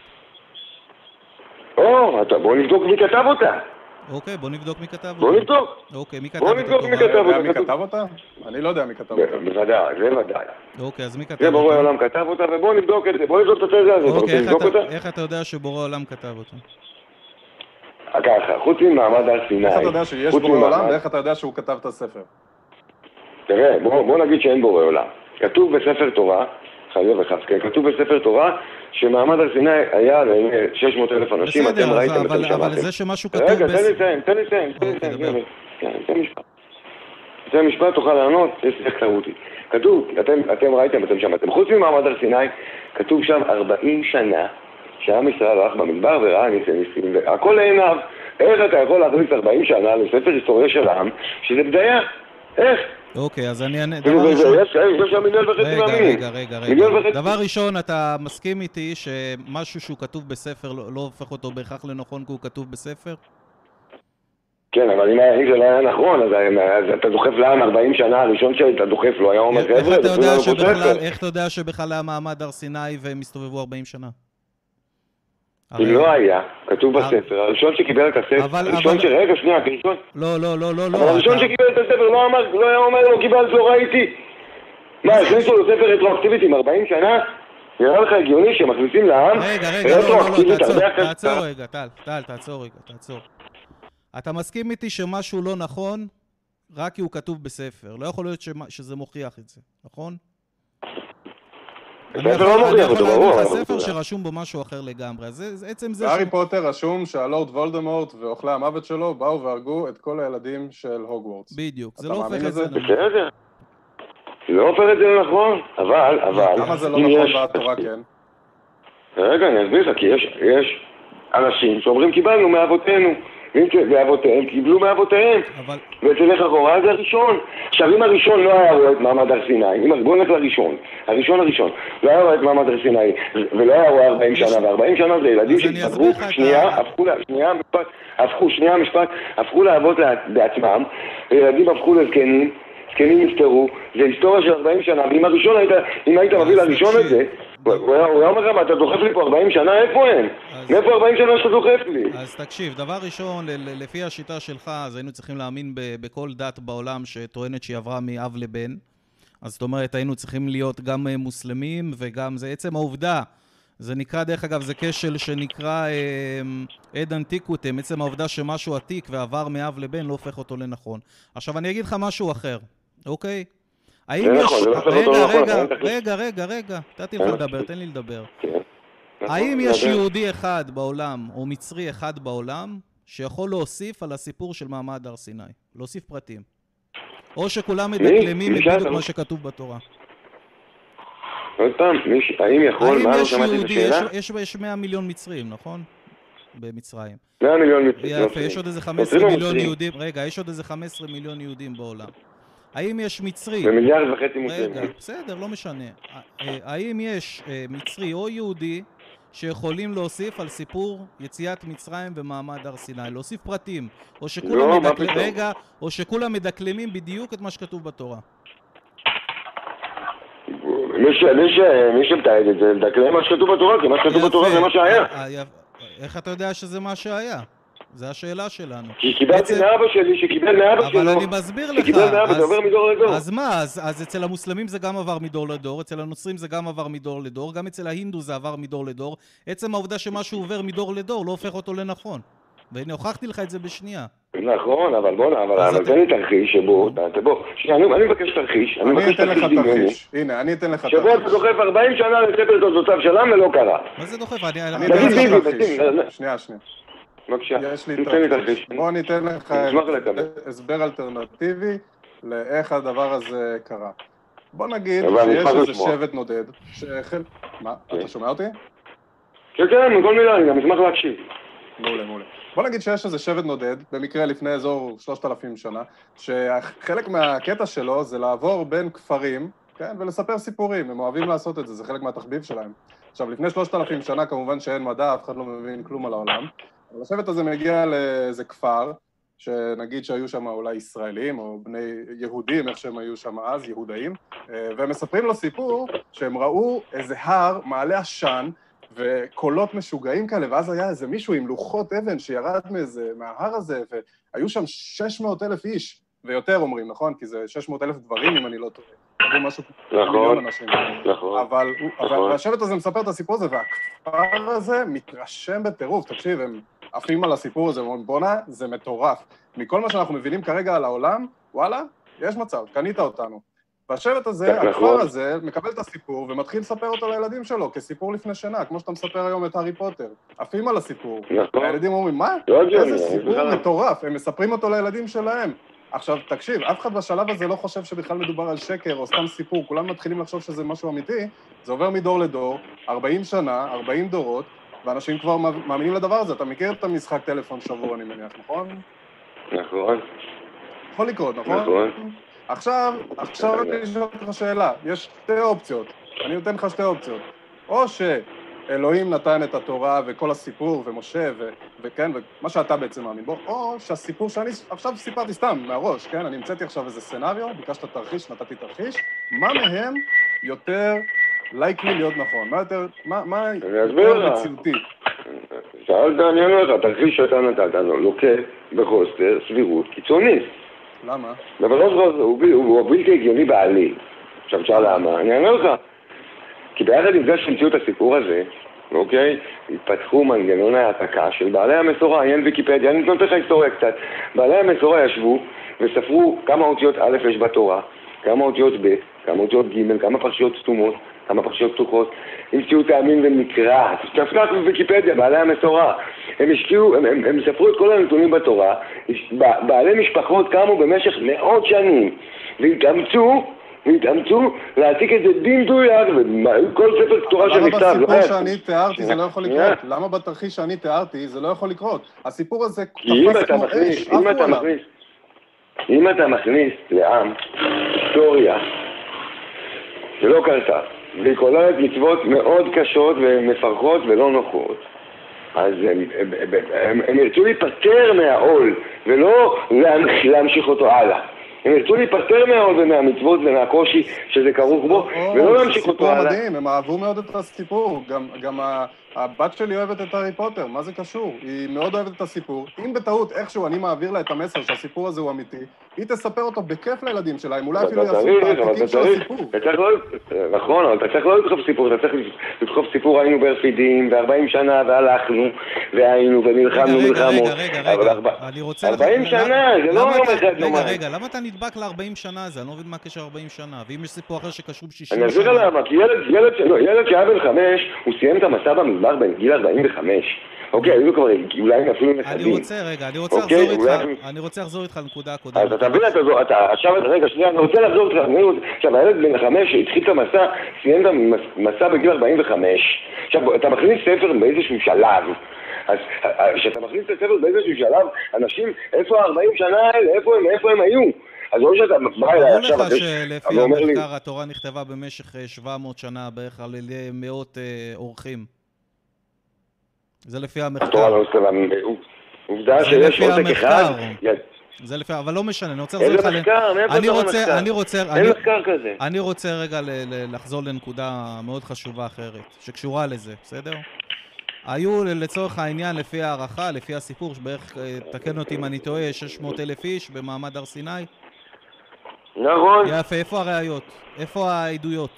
או, בוא נבדוק מי כתב אותה. אוקיי, בוא נבדוק מי כתב אותה. בוא נבדוק. אוקיי, מי כתב את התורה? אתה יודע מי כתב אותה? אני לא יודע מי כתב אותה. בוודאי, זה ודאי. אוקיי, אז מי כתב אותה? זה בורא העולם כתב אותה, ובוא נבדוק את זה, בוא נבדוק את התזה הזאת. אוקיי, איך אתה יודע שבורא העולם כתב אותה? ככה, חוץ ממעמד הר סיני. איך אתה יודע שיש בורא עולם ואיך אתה יודע שהוא כתב את הספר? תראה, בוא נגיד שאין בורא עולם. כתוב בספר תורה, חלילה וחס, כן, כתוב בספר תורה שמעמד הר סיני היה ל-שש מאות אלף אנשים, אתם ראיתם, אתם שמעתם. אבל זה שמשהו כתוב... רגע, תן לי לסיים, תן לי לסיים, תן לי לסיים. כן, תן משפט. תן משפט, תוכל לענות, יש לי קטעותי. כתוב, אתם ראיתם, אתם שמעתם, חוץ ממעמד הר סיני, כתוב שם ארבעים שנה, שעם ישראל הלך במדבר וראה ניסים ניסים, והכל לעיניו. איך אתה יכול להכניס ארבעים שנה לספר היסטוריה של העם, שזה בדיה? איך? אוקיי, אז אני אענה... דבר ראשון... יש שם מיליון וחצי מאמינים. רגע, רגע, רגע. דבר ראשון, אתה מסכים איתי שמשהו שהוא כתוב בספר לא הופך אותו בהכרח לנכון כי הוא כתוב בספר? כן, אבל אם זה לא היה נכון, אז אתה דוחף לעם ארבעים שנה הראשון שאתה דוחף לו, היה אומר חבר'ה, זה כולה לא בספר. איך אתה יודע שבכלל היה מעמד הר סיני והם הסתובבו ארבעים שנה? אם לא היה, כתוב בספר, הראשון שקיבל את הספר, הראשון ש... רגע, שנייה, הראשון... לא, לא, לא, לא, לא. אבל הראשון שקיבל את הספר לא היה אומר לו, קיבלת, לא ראיתי. מה, הכניסו לו ספר רטרואקטיבית עם ארבעים שנה? נראה לך הגיוני שמכניסים לעם? רגע, רגע, לא, לא, לא, תעצור רגע, טל, טל, תעצור רגע, תעצור. אתה מסכים איתי שמשהו לא נכון, רק כי הוא כתוב בספר. לא יכול להיות שזה מוכיח את זה, נכון? אני יכול להגיד לך ספר שרשום בו משהו אחר לגמרי, אז עצם זה... בהארי פוטר רשום שהלורד וולדמורט ואוכלי המוות שלו באו והרגו את כל הילדים של הוגוורטס. בדיוק, זה לא הופך את זה לנכון. לא הופך את זה לנכון, אבל, אבל... למה זה לא נכון בתורה, כן? רגע, אני אסביר לך, כי יש אנשים שאומרים קיבלנו מאבותינו. ואבותיהם קיבלו מאבותיהם, ותלך אחורה, זה הראשון. עכשיו, אם הראשון לא היה רואה את מעמד הר סיני, בואו נלך לראשון, הראשון הראשון, לא היה רואה את מעמד הר סיני, ולא היה רואה ארבעים שנה, ו-ארבעים שנה זה ילדים שהתבגרו, שנייה, הפכו לה, שנייה, משפט, הפכו, שנייה, משפט, הפכו לאבות בעצמם, וילדים הפכו לזקנים, זקנים נפטרו, זה היסטוריה של ארבעים שנה, ואם הראשון היית, אם היית מביא לראשון את זה, הוא היה אומר לך, אתה דוחף לי פה ארבעים שנה, איפה הם? מאיפה ארבעים שנה שאתה דוחף לי? אז תקשיב, דבר ראשון, לפי השיטה שלך, אז היינו צריכים להאמין בכל דת בעולם שטוענת שהיא עברה מאב לבן. אז זאת אומרת, היינו צריכים להיות גם מוסלמים, וגם זה עצם העובדה. זה נקרא, דרך אגב, זה כשל שנקרא עד אנטיקוטם, עצם העובדה שמשהו עתיק ועבר מאב לבן לא הופך אותו לנכון. עכשיו, אני אגיד לך משהו אחר, אוקיי? האם יש... רגע, רגע, רגע, רגע, רגע, תתי לך לדבר, תן לי לדבר. האם יש יהודי אחד בעולם, או מצרי אחד בעולם, שיכול להוסיף על הסיפור של מעמד הר סיני? להוסיף פרטים. או שכולם מדקלמים בדיוק מה שכתוב בתורה. עוד פעם, האם יכול, מה לא שמעתי את השאלה? יש מאה מיליון מצרים, נכון? במצרים. מאה מיליון מצרים. יפה, יש עוד איזה חמישה עשר מיליון יהודים, רגע, יש עוד איזה חמישה עשר מיליון יהודים בעולם. האם יש מצרי... במיליארד וחצי מוסלמים. רגע, בסדר, לא משנה. האם יש מצרי או יהודי שיכולים להוסיף על סיפור יציאת מצרים ומעמד הר סיני? להוסיף פרטים. או שכולם מדקלמים, רגע, או שכולם מדקלמים בדיוק את מה שכתוב בתורה. מי שמתעד את זה, מדקלם מה שכתוב בתורה, כי מה שכתוב בתורה זה מה שהיה. איך אתה יודע שזה מה שהיה? זו השאלה שלנו. כי קיבלתי מאבא שלי, שקיבל מאבא שלו. אבל אני מסביר לך. שקיבל מאבא, זה עובר מדור לדור. אז מה? אז אצל המוסלמים זה גם עבר מדור לדור, אצל הנוצרים זה גם עבר מדור לדור, גם אצל ההינדו זה עבר מדור לדור. עצם העובדה שמשהו עובר מדור לדור לא הופך אותו לנכון. והנה, הוכחתי לך את זה בשנייה. נכון, אבל בוא נע, אבל תן לי תרחיש שבו, בוא, שנייה, אני מבקש תרחיש. אני אתן לך תרחיש. הנה, אני אתן לך תרחיש. שבו אתה דוחף ארבעים שנה לספר תולדותיו של עם ולא קרה. מה זה דוחף? אני אתן לך תרחיש. שנייה, שנייה. בבקשה, יש לי תרחיש. בוא ניתן לך הסבר אלטרנטיבי לאיך הדבר הזה קרה. בוא נגיד שיש איזה שבט נודד. מה? אתה שומע אותי? כן, כן, כל מילה, אני גם אשמח להקשיב. מעולה, מעולה. בוא נגיד שיש איזה שבט נודד, במקרה לפני אזור שלושת אלפים שנה, שחלק מהקטע שלו זה לעבור בין כפרים, כן, ולספר סיפורים. הם אוהבים לעשות את זה, זה חלק מהתחביב שלהם. עכשיו, לפני שלושת אלפים שנה, כמובן שאין מדע, אף אחד לא מבין כלום על העולם. אבל השבט הזה מגיע לאיזה כפר, שנגיד שהיו שם אולי ישראלים, או בני יהודים, איך שהם היו שם אז, יהודאים, והם מספרים לו סיפור שהם ראו איזה הר, מעלה עשן, וקולות משוגעים כאלה, ואז היה איזה מישהו עם לוחות אבן שירד מאיזה, מההר הזה, והיו שם שש מאות אלף איש, ויותר אומרים, נכון? כי זה שש מאות אלף דברים, אם אני לא טועה. זה משהו מיליון אנשים. נכון. אבל השבט הזה מספר את הסיפור הזה, והכפר הזה מתרשם בטירוף. תקשיב, הם עפים על הסיפור הזה, ואומרים, בונה, זה מטורף. מכל מה שאנחנו מבינים כרגע על העולם, וואלה, יש מצב, קנית אותנו. והשבט הזה, הכפר הזה, מקבל את הסיפור ומתחיל לספר אותו לילדים שלו, כסיפור לפני שנה, כמו שאתה מספר היום את הארי פוטר. עפים על הסיפור. הילדים אומרים, מה? איזה סיפור מטורף. הם מספרים אותו לילדים שלהם. עכשיו, תקשיב, אף אחד בשלב הזה לא חושב שבכלל מדובר על שקר או סתם סיפור, כולם מתחילים לחשוב שזה משהו אמיתי, זה עובר מדור לדור, ארבעים שנה, ארבעים דורות, ואנשים כבר מאמינים לדבר הזה. אתה מכיר את המשחק טלפון שבוע, אני מניח, נכון? נכון. יכול לקרות, נכון? נכון. עכשיו, עכשיו אני אשאל אותך שאלה, יש שתי אופציות, אני נותן לך שתי אופציות, או שאלוהים נתן את התורה וכל הסיפור ומשה ו- וכן, ומה שאתה בעצם מאמין בו, או שהסיפור שאני עכשיו סיפרתי סתם מהראש, כן, אני המצאתי עכשיו איזה סצנריו, ביקשת תרחיש, נתתי תרחיש, מה מהם יותר לייקלי להיות נכון, מה יותר, מה, מה יותר מציאותי? שאלת, אני אומר לך, התרחיש שאתה נתת לוקה בחוסר סבירות קיצונית. למה? אבל לא הוא, הוא בלתי הגיוני בעלי. עכשיו שאל למה? אני אומר לך. כי ביחד עם זה שהמציאו את הסיפור הזה, אוקיי? התפתחו מנגנון העתקה של בעלי המסורה, אין ויקיפדיה, אני נותן לך היסטוריה קצת. בעלי המסורה ישבו וספרו כמה אותיות א' יש בתורה, כמה אותיות ב', כמה אותיות ג', כמה פרשיות סתומות, כמה פרשיות פתוחות, המציאו טעמים ומקרא, תפתח בוויקיפדיה, בעלי המסורה. הם השקיעו, הם, הם, הם ספרו את כל הנתונים בתורה, בעלי משפחות קמו במשך מאות שנים, והתאמצו, והתאמצו להעתיק את זה דין דויק, וכל ספר תורה שנכתב. למה בסיפור שאני תיארתי זה לא יכול לקרות? למה בתרחיש שאני תיארתי זה לא יכול לקרות? הסיפור הזה תפס כמו אש, אם אתה מכניס, אם אתה מכניס לעם היסטוריה שלא קרתה, והיא כוללת מצוות מאוד קשות ומפרכות ולא נוחות, אז הם, הם, הם, הם, הם ירצו להיפטר מהעול ולא להמשיך אותו הלאה. הם ירצו להיפטר מאוד מהמצוות ומהקושי שזה כרוך בו, ולא להמשיך אותו הלאה. זה סיפור מדהים, הם אהבו מאוד את הסיפור, גם הבת שלי אוהבת את הארי פוטר, מה זה קשור? היא מאוד אוהבת את הסיפור. אם בטעות איכשהו אני מעביר לה את המסר שהסיפור הזה הוא אמיתי, היא תספר אותו בכיף לילדים שלה, הם אולי אפילו יעשו את העתיקים של הסיפור. נכון, אבל אתה צריך לא לדחוף סיפור, אתה צריך לדחוף סיפור, היינו ברפידים, ו-ארבעים שנה, והלכנו, והיינו, ונלחמנו מלחמות. רגע, רגע, רגע, אני רוצה... ארבעים שנה, זה לא יום אחד נאמר. רגע, רגע, למה אתה נדבק ל-ארבעים שנה הזה? אני לא מבין מה הקשר ארבעים שנה, ואם יש סיפור אחר שקשור ב-שישים שנה... אני אסביר למה, כי ילד שהיה בן חמש, הוא סיים את המסע במדבר בגיל ארבעים וחמש. אוקיי, היו כבר אולי אפילו נכדים. אני רוצה, רגע, אני רוצה לחזור איתך, אני רוצה לחזור איתך לנקודה הקודמת. אז אתה מבין, אתה עכשיו, רגע, שנייה, אני רוצה לחזור איתך, עכשיו, הילד בן חמש התחיל את המסע, סיים את המסע בגיל ארבעים וחמש. עכשיו, אתה מכניס ספר באיזשהו שלב, אז כשאתה מכניס את הספר באיזשהו שלב, אנשים, איפה ה-ארבעים שנה האלה, איפה הם היו? אז לא שאתה בא אליי עכשיו... ברור לך שלפי המחקר התורה נכתבה במשך שבע מאות שנה בערך על ידי מאות אורחים. זה לפי המחקר. התורה לא נכתבה, עובדה שיש עותק אחד. זה לפי, אבל לא משנה, אני רוצה לחזור לך... איזה מחקר? מאיפה אתה מחקר? אני רוצה... אין מחקר כזה. אני רוצה רגע לחזור לנקודה מאוד חשובה אחרת, שקשורה לזה, בסדר? היו לצורך העניין, לפי הערכה, לפי הסיפור, שבערך, תקן אותי אם אני טועה, שש מאות אלף איש במעמד הר סיני. נכון. יפה, איפה הראיות? איפה העדויות?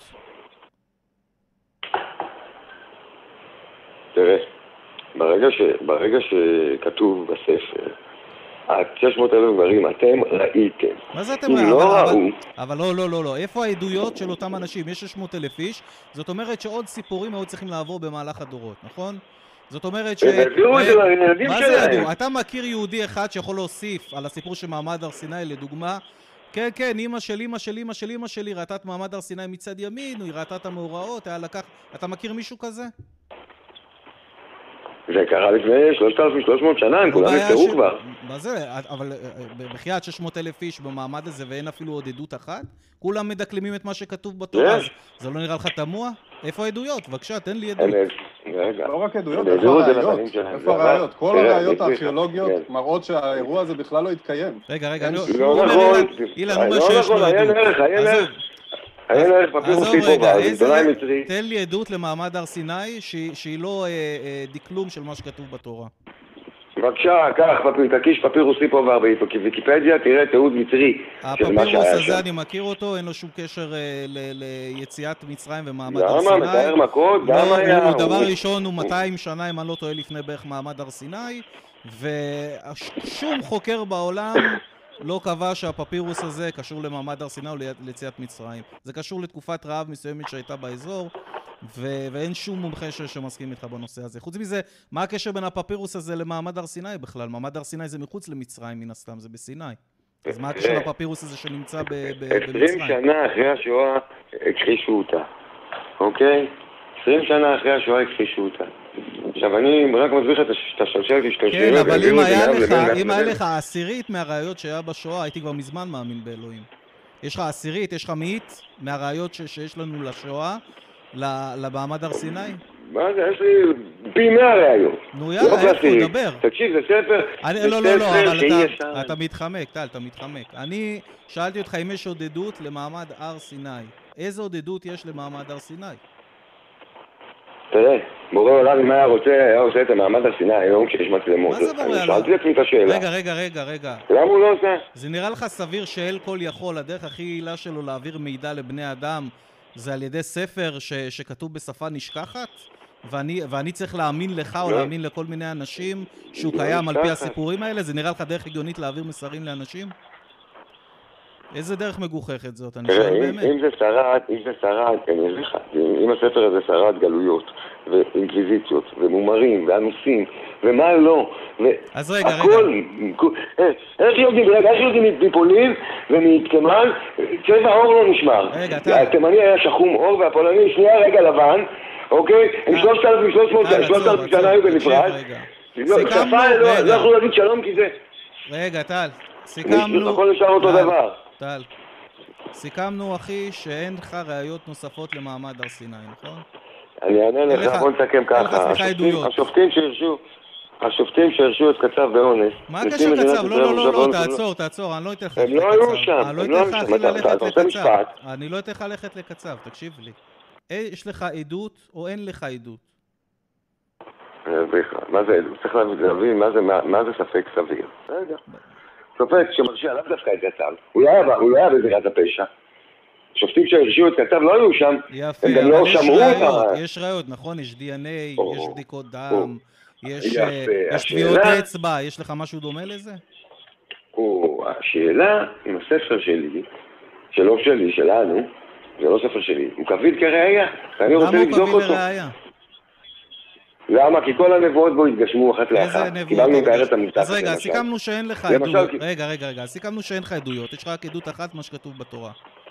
תראה, ברגע, ש... ברגע שכתוב בספר, ה-שש מאות אלף גברים, אתם ראיתם. מה זה אתם ראיתם? לא אבל, ראו. אבל לא, לא, לא, לא. איפה העדויות של אותם אנשים? יש שש מאות אלף איש, זאת אומרת שעוד סיפורים היו צריכים לעבור במהלך הדורות, נכון? זאת אומרת ש... הם העבירו את זה לילדים שלהם. מה זה ידעו? אתה מכיר יהודי אחד שיכול להוסיף על הסיפור של מעמד הר סיני, לדוגמה, כן, כן, אמא של אמא של אמא של אמא שלי ראתה את מעמד הר סיני מצד ימין, היא ראתה את המאורעות, היה לקח... אתה מכיר מישהו כזה? זה קרה לפני שלושת אלפים ושלוש מאות שנה, הם כולם נפטרו כבר. מה זה? אבל בחייאת שש מאות אלף איש במעמד הזה ואין אפילו עוד עדות אחת? כולם מדקלמים את מה שכתוב בתורה, אז זה לא נראה לך תמוה? איפה העדויות? בבקשה, תן לי עדות. לא רק עדויות, איפה הראיות? איפה הראיות? כל הראיות הארכיאולוגיות מראות שהאירוע הזה בכלל לא התקיים. רגע, רגע, לא נכון. אילן, הוא שיש לו עדות. אין ערך, אין ערך. אין ערך פפירוס ליפובה, זה עיתונאי מצרי. תן לי עדות למעמד הר סיני שהיא לא דקלום של מה שכתוב בתורה. בבקשה, כך, תקיש פפירוס ליפובה בוויקיפדיה, תראה תיעוד מצרי. הפפירוס הזה אני מכיר אותו, אין לו שום קשר ליציאת מצרים ומעמד הר סיני. למה? מתאר מכות? גם היה... דבר ראשון הוא מאתיים שנה, אם אני לא טועה, לפני בערך מעמד הר סיני, ושום חוקר בעולם לא קבע שהפפירוס הזה קשור למעמד הר סיני או ליציאת מצרים. זה קשור לתקופת רעב מסוימת שהייתה באזור, ו- ואין שום מומחה ש- שמסכים איתך בנושא הזה. חוץ מזה, מה הקשר בין הפפירוס הזה למעמד הר סיני בכלל? מעמד הר סיני זה מחוץ למצרים מן הסתם, זה בסיני. אז מה הקשר לפפירוס הזה שנמצא ב- ב- במצרים? עשרים שנה אחרי השואה הכחישו אותה, אוקיי? עשרים שנה אחרי השואה הכחישו אותה. עכשיו אני רק מסביר לך את השלשלת השתלשלות. כן, אבל אם היה לך, אם היה לך עשירית מהראיות שהיה בשואה, הייתי כבר מזמן מאמין באלוהים. יש לך עשירית, יש לך מאית מהראיות שיש לנו לשואה, למעמד הר סיני? מה זה? יש לי פי מאה ראיות. נו יאללה, איפה, דבר. תקשיב, זה ספר, זה לא, לא, לא, אבל אתה מתחמק, טל, אתה מתחמק. אני שאלתי אותך אם יש עוד עדות למעמד הר סיני. איזה עוד עדות יש למעמד הר סיני? תראה, בורא עולם אם היה רוצה, היה עושה את המעמד הר סיני היום כשיש מצלמות. מה זה בורא עולם? שאלתי לעצמי את השאלה. רגע, רגע, רגע, רגע. למה הוא לא עושה? זה נראה לך סביר שאל כל יכול, הדרך הכי יעילה שלו להעביר מידע לבני אדם, זה על ידי ספר ש, שכתוב בשפה נשכחת? ואני, ואני צריך להאמין לך או להאמין לכל מיני אנשים שהוא קיים על פי הסיפורים האלה? זה נראה לך דרך הגיונית להעביר מסרים לאנשים? איזה דרך מגוחכת זאת? אני שואל באמת. אם זה שרד, אם זה שרד, אם הספר הזה שרד גלויות ואינקוויזיציות ומומרים ואנוסים ומה לא, אז רגע, רגע. איך יודעים, רגע, איך יודעים מפולין ומתקמן, צבע אור לא נשמר. רגע, אתה... התימני היה שחום אור והפולני שנייה רגע לבן, אוקיי? עם שלושת אלפים ושלוש מאות שנה היו בנפרד. שפה לא יכולו להגיד שלום כי זה... רגע, טל. סיכמנו... הכל נשאר אותו דבר. טל. סיכמנו, אחי, שאין לך ראיות נוספות למעמד הר סיני, נכון? אני אענה לך, בוא נסכם ככה. השופטים שהרשו, השופטים שהרשו את קצב באונס. מה הקשר קצב? לא, לא, לא, לא, תעצור, תעצור, אני לא אתן לך הם לא היו שם, אני לא הם לא אתן לך היו שם, ללכת אתה עושה לקצב. משפט. אני לא אתן לך ללכת לקצב, תקשיב לי. יש לך עדות או אין לך עדות? אני אסביר לך, מה זה עדות? צריך להבין מה זה ספק סביר. רגע. ספק שמרשיע לאו דווקא את קצב. הוא לא היה בזירת הפשע. שופטים שהרשיעו את קצב לא היו שם, יפה, הם גם לא שמרו אותה. יש ראיות, נכון? יש די אן איי, או, יש בדיקות דם, או. יש יפה, יש טביעות אצבע, יש לך משהו דומה לזה? או, השאלה עם הספר שלי, שלא שלי, שלנו, זה לא ספר שלי, הוא קביל כראיה, ואני רוצה לבדוק אותו. למה הוא קביל לראיה? למה? כי כל הנבואות בו התגשמו אחת לאחת. איזה נבואות? קיבלנו את הארץ המובטחת. אז רגע, למשל. סיכמנו שאין לך למשל, עדות. כי- רגע, רגע, רגע, סיכמנו שאין לך עדויות, יש לך רק עדות אחת, מה שכתוב בתורה.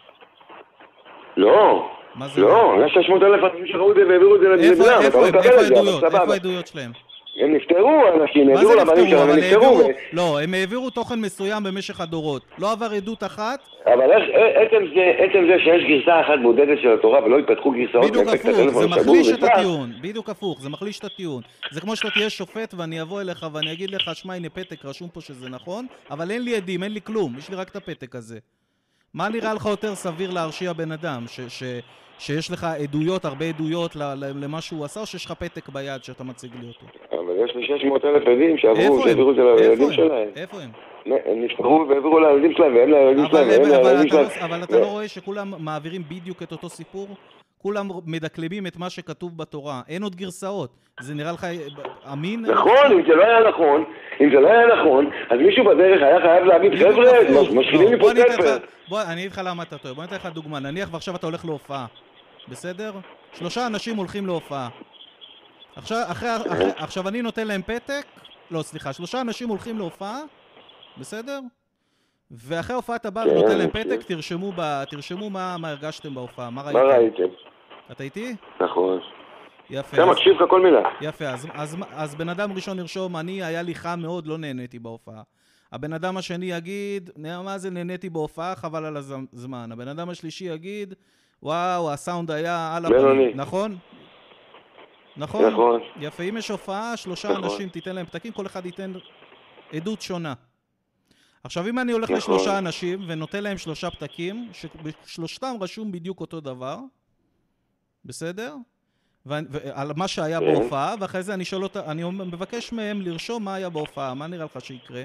לא, מה זה לא, יש שש מאות אלף אנשים שראו את זה והעבירו את זה לבני איפה בנם, אתה איפה לא הם? מקבל איפה את זה, אבל העדויות? איפה סבבה. העדויות שלהם? הם נפטרו, אנשים, מה העבירו זה לבנים נפטרו? שלהם, הם אבל נפטרו. העבירו... ו- לא, הם העבירו תוכן מסוים במשך הדורות. לא עבר עדות אחת, אבל איך- עצם זה, עצם זה שיש גרסה אחת בודדת של התורה ולא התפתחו גרסאות, בדיוק מעמק הפוך, הטלפון זה שגור מחליש את וצף, הטיעון, בדיוק הפוך, זה מחליש את הטיעון. זה כמו שאתה תהיה שופט ואני אבוא אליך ואני אגיד לך, שמע, הנה פתק, רשום פה שזה נכון, אבל אין לי עדים, אין לי כלום, יש לי רק את הפתק הזה. מה נראה לך יותר סביר להרשיע בן אדם? ש- ש- שיש לך עדויות, הרבה עדויות ל- ל- למה שהוא עשה, או שיש לך פתק ביד שאתה מציג לי אותו? אבל יש לי שש מאות אלף עדים שעברו, איפה הם? שהעבירו את זה איפה לילדים הם? שלהם. איפה הם? הם נפטרו והעבירו לילדים שלהם, והם לילדים אבל, שלהם, והם אבל, לילדים אתה שלהם. לא, אבל אתה לא רואה שכולם מעבירים בדיוק את אותו סיפור? כולם מדקלמים את מה שכתוב בתורה. אין עוד גרסאות. זה נראה לך אמין? נכון, אם זה לא היה נכון, אם זה לא היה נכון, אז מישהו בדרך היה חייב להגיד, בדיוק חבר'ה, הפוך. משחילים לא, לי פה בוא אני אתן ספר. לך- בוא, אני אגיד לך למה אתה טועה. בוא ניתן לך דוגמה. נניח ועכשיו אתה הולך להופעה. בסדר? שלושה אנשים הולכים להופעה. עכשיו, אחרי, אחרי, עכשיו אני נותן להם פתק. לא, סליחה. שלושה אנשים הולכים להופעה. בסדר? ואחרי הופעת הבא כן, נותן להם כן. פתק, תרשמו, ב, תרשמו מה, מה הרגשתם בהופעה. מה מה ראיתם? ראיתם? אתה איתי? נכון. יפה. אתה אז- מקשיב לך כל מילה. יפה, אז, אז, אז בן אדם ראשון ירשום, אני, היה לי חם מאוד, לא נהניתי בהופעה. הבן אדם השני יגיד, מה זה נהניתי בהופעה, חבל על הזמן. הבן אדם השלישי יגיד, וואו, הסאונד היה על הפנים. בינוני. נכון? נכון? נכון. יפה, אם יש הופעה, שלושה נכון. אנשים תיתן להם פתקים, כל אחד ייתן עדות שונה. עכשיו, אם אני הולך נכון. לשלושה אנשים ונותן להם שלושה פתקים, שבשלושתם רשום בדיוק אותו דבר, בסדר? ועל מה שהיה כן. בהופעה, ואחרי זה אני שואל אותה, אני מבקש מהם לרשום מה היה בהופעה, מה נראה לך שיקרה?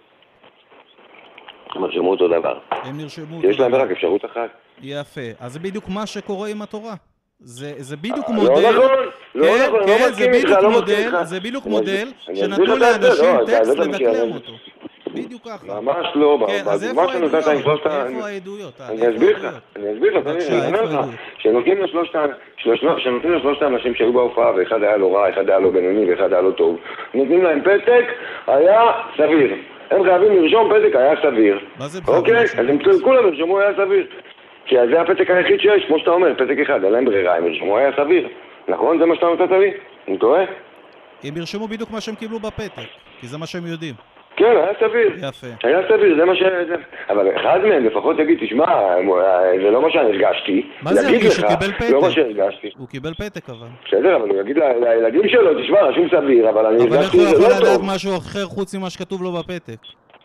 הם רשמו אותו דבר. הם נרשמו אותו יש להם דבר. רק אפשרות אחת. יפה, אז זה בדיוק מה שקורה עם התורה. זה, זה בדיוק לא מודל, נכון, לא כן, נכון, לא כן, זה מסכים איתך, בדיוק לא מסכים מודל, איתך. זה בדיוק אני מודל, אסביר שנתנו לך את זה, לאנשים לא, אתה טקסט לא מכיר, לדקלם אני- אותו. בדיוק ככה. ממש לא, כן, אז בדוגמה איפה שנתת עם העדויות? שלושת ה... איפה העדויות? אני אסביר לך, אני אסביר לך, בבקשה, אני אומר איפה לך, העדויות? שנותנים לשלושת ה- שלוש- שנותנים לשלושת האנשים שהיו בהופעה, ואחד היה לו רע, אחד היה לו בינוני ואחד היה לו טוב, נותנים להם פתק, היה סביר. הם חייבים לרשום פתק, היה סביר. מה זה בכלל? אוקיי? אז הם כולם ירשמו, היה סביר. כי זה הפתק היחיד שיש, כמו שאתה אומר, פתק אחד, אין להם ברירה, הם ירשמו, היה סביר. נכון? זה מה שאתה נותנת לי? אני טועה? הם ירשמו בדיוק מה שהם קיבלו בפתק, כי זה מה שהם יודעים. כן, היה סביר. יפה. היה סביר, זה מה ש... זה- אבל אחד מהם לפחות יגיד, תשמע, זה לא מה שאני הרגשתי. מה זה יגיד הרגיש? לך, הוא קיבל פתק. לא מה שהרגשתי. הוא קיבל פתק אבל. בסדר, אבל הוא יגיד ל- לילדים שלו, תשמע, רשום סביר, אבל אני אבל איך הרגשתי הוא זה יכול לא לדעת טוב. משהו אחר חוץ ממה שכתוב לו בפתק?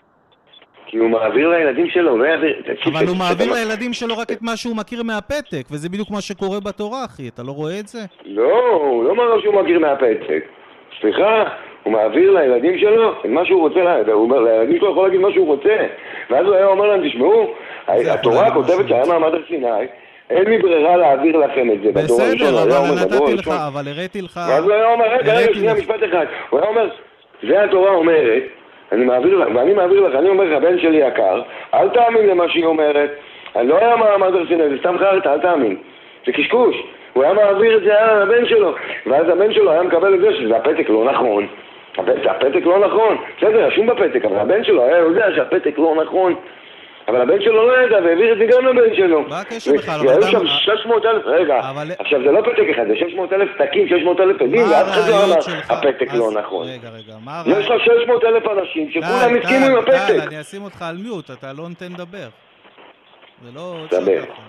כי הוא מעביר לילדים שלו, הוא לא יעביר... תקשיב, אבל הוא תקשיב, מעביר אתה- לילדים שלו רק את מה שהוא מכיר מהפתק, וזה בדיוק מה שקורה בתורה, אחי. אתה לא רואה את זה? לא, הוא לא אומר שהוא מכיר מהפתק. סליחה, הוא מעביר לילדים שלו את מה שהוא רוצה, לה- הוא אומר, לילדים שלו יכול להגיד מה שהוא רוצה. ואז הוא היה אומר להם, תשמעו, זה התורה יכול להגיד מה כותבת שהוא שהיה רוצה. מעמד על סיני, אין לי ברירה להעביר לכם את זה. בתורה הראשונה, בסדר, הוא היה אבל אומר, בדור נתתי לך, הראשון. אבל הראיתי לך... ואז הוא היה אומר, רגע, רגע, הראיתי שנייה, לך. משפט אחד. הוא היה אומר, זה התורה אומרת, אני מעביר לך, ואני מעביר לך, אני אומר לך, הבן שלי יקר, אל תאמין למה שהיא אומרת. אני לא היה מעמד על סיני, זה סתם חרטא, אל תאמין. זה קשקוש. הוא היה מעביר את זה על הבן שלו, ואז הבן שלו היה מקבל את זה שזה הפתק לא נכון. הפתק, הפתק לא נכון. בסדר, רשום בפתק, אבל הבן שלו היה יודע שהפתק לא נכון. אבל הבן שלו לא ידע, והעביר את זה גם לבן שלו. מה הקשר בכלל? והיו אבל שם גם- שש מאות אלף, רגע, אבל- עכשיו זה לא פתק אחד, זה שש מאות אלף פתקים, שש מאות אלף עדים, מה ואף אחד לא אמר, הרעיון שלך? הפתק אז- לא נכון. רגע, רגע, מה יש הרעיון? לך שש מאות אלף אנשים שכולם די, הסכימו עם די, הפתק. די, אני אשים אותך על מיוט, אתה לא נותן לדבר. זה לא... דבר. ככה.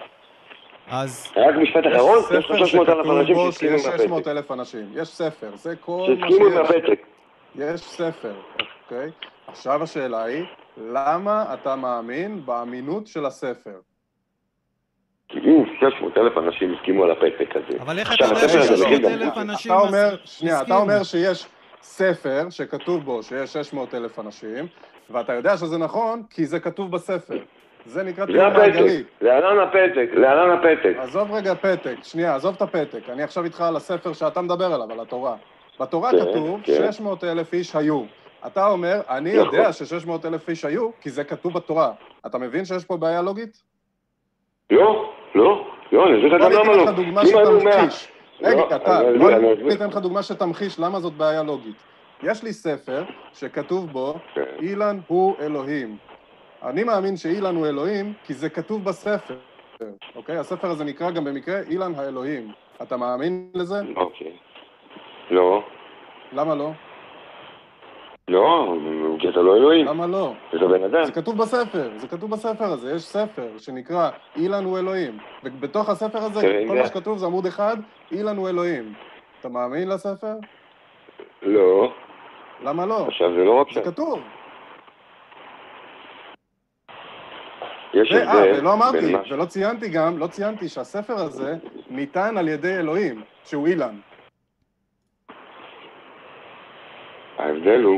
אז... רק משפט יש אחרון, יש לך ספר שש מאות אלף שכתוב אנשים בו שהסכימו שיש עם שש מאות הפתק. אלף אנשים. יש ספר, זה כל מה שהסכימו עם שיש. הפתק. יש ספר, אוקיי? עכשיו השאלה היא, למה אתה מאמין באמינות של הספר? כי אם שש מאות אלף אנשים הסכימו על הפתק הזה. אבל איך אתה יודע ש-שש מאות אלף אנשים אתה אומר, שנייה, אתה הסכימו? אומר שיש ספר שכתוב בו שיש שש מאות אלף אנשים, ואתה יודע שזה נכון כי זה כתוב בספר. זה נקרא טיעון מעגלי. להלן הפתק, להלן הפתק. עזוב רגע פתק, שנייה, עזוב את הפתק. אני עכשיו איתך על הספר שאתה מדבר עליו, על התורה. בתורה כן, כתוב כן. שש מאות אלף איש היו. אתה אומר, אני יודע ש-שש מאות אלף איש היו, כי זה כתוב בתורה. אתה מבין שיש פה בעיה לוגית? לא, לא, לא, אני אגיד לך גם למה לא. בוא ניתן לך דוגמה שתמחיש. רגע, אתה, בוא ניתן לך דוגמה שתמחיש למה זאת בעיה לוגית. יש לי ספר שכתוב בו, אילן הוא אלוהים. אני מאמין שאילן הוא אלוהים, כי זה כתוב בספר. אוקיי? הספר הזה נקרא גם במקרה אילן האלוהים. אתה מאמין לזה? אוקיי. לא. למה לא? לא, כי אתה לא אלוהים. למה לא? אתה בן אדם. זה כתוב בספר, זה כתוב בספר הזה, יש ספר שנקרא אילן הוא אלוהים. ובתוך הספר הזה, כל מה שכתוב זה עמוד אחד, אילן הוא אלוהים. אתה מאמין לספר? לא. למה לא? עכשיו זה לא רק זה כתוב. יש אה, ולא אמרתי, ולא ציינתי גם, לא ציינתי שהספר הזה ניתן על ידי אלוהים, שהוא אילן. ההבדל הוא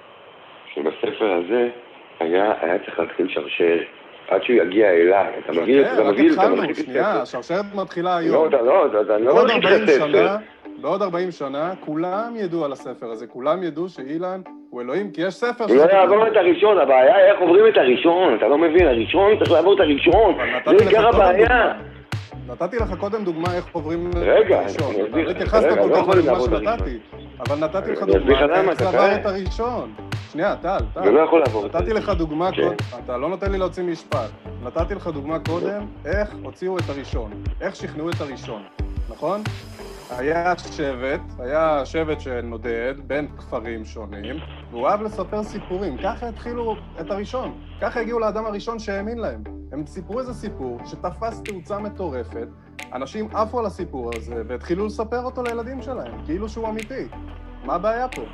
שבספר הזה היה, היה צריך להתחיל שרשרת עד שהוא יגיע אליי. אתה מבין? אתה מבין? רק התחלנו, שנייה, השרשרת מתחילה היום. לא, אתה לא, אתה לא מתחיל את הספר. בעוד ארבעים שנה, כולם ידעו על הספר הזה, כולם ידעו שאילן הוא אלוהים, כי יש ספר... הוא לא יעבור את הראשון, הבעיה היא איך עוברים את הראשון, אתה לא מבין, הראשון צריך לעבור את הראשון, זה עיקר הבעיה. נתתי לך קודם דוגמה איך עוברים... רגע, אני התייחסת כל כך לדוגמה שנתתי, אבל נתתי לך דוגמה איך לעבור את הראשון. שנייה, טל, טל. זה לא יכול לעבור. נתתי לך דוגמה קודם, אתה לא נותן לי להוציא משפט. נתתי לך דוגמה קודם, איך הוציאו את הראשון, איך שכנעו את הראשון, נכון? היה שבט, היה שבט שנודד בין כפרים שונים, והוא אהב לספר סיפורים. ככה התחילו את הראשון. ככה הגיעו לאדם הראשון שהאמין להם. הם סיפרו איזה סיפור שתפס תאוצה מטורפת, אנשים עפו על הסיפור הזה והתחילו לספר אותו לילדים שלהם, כאילו שהוא אמיתי. מה הבעיה פה?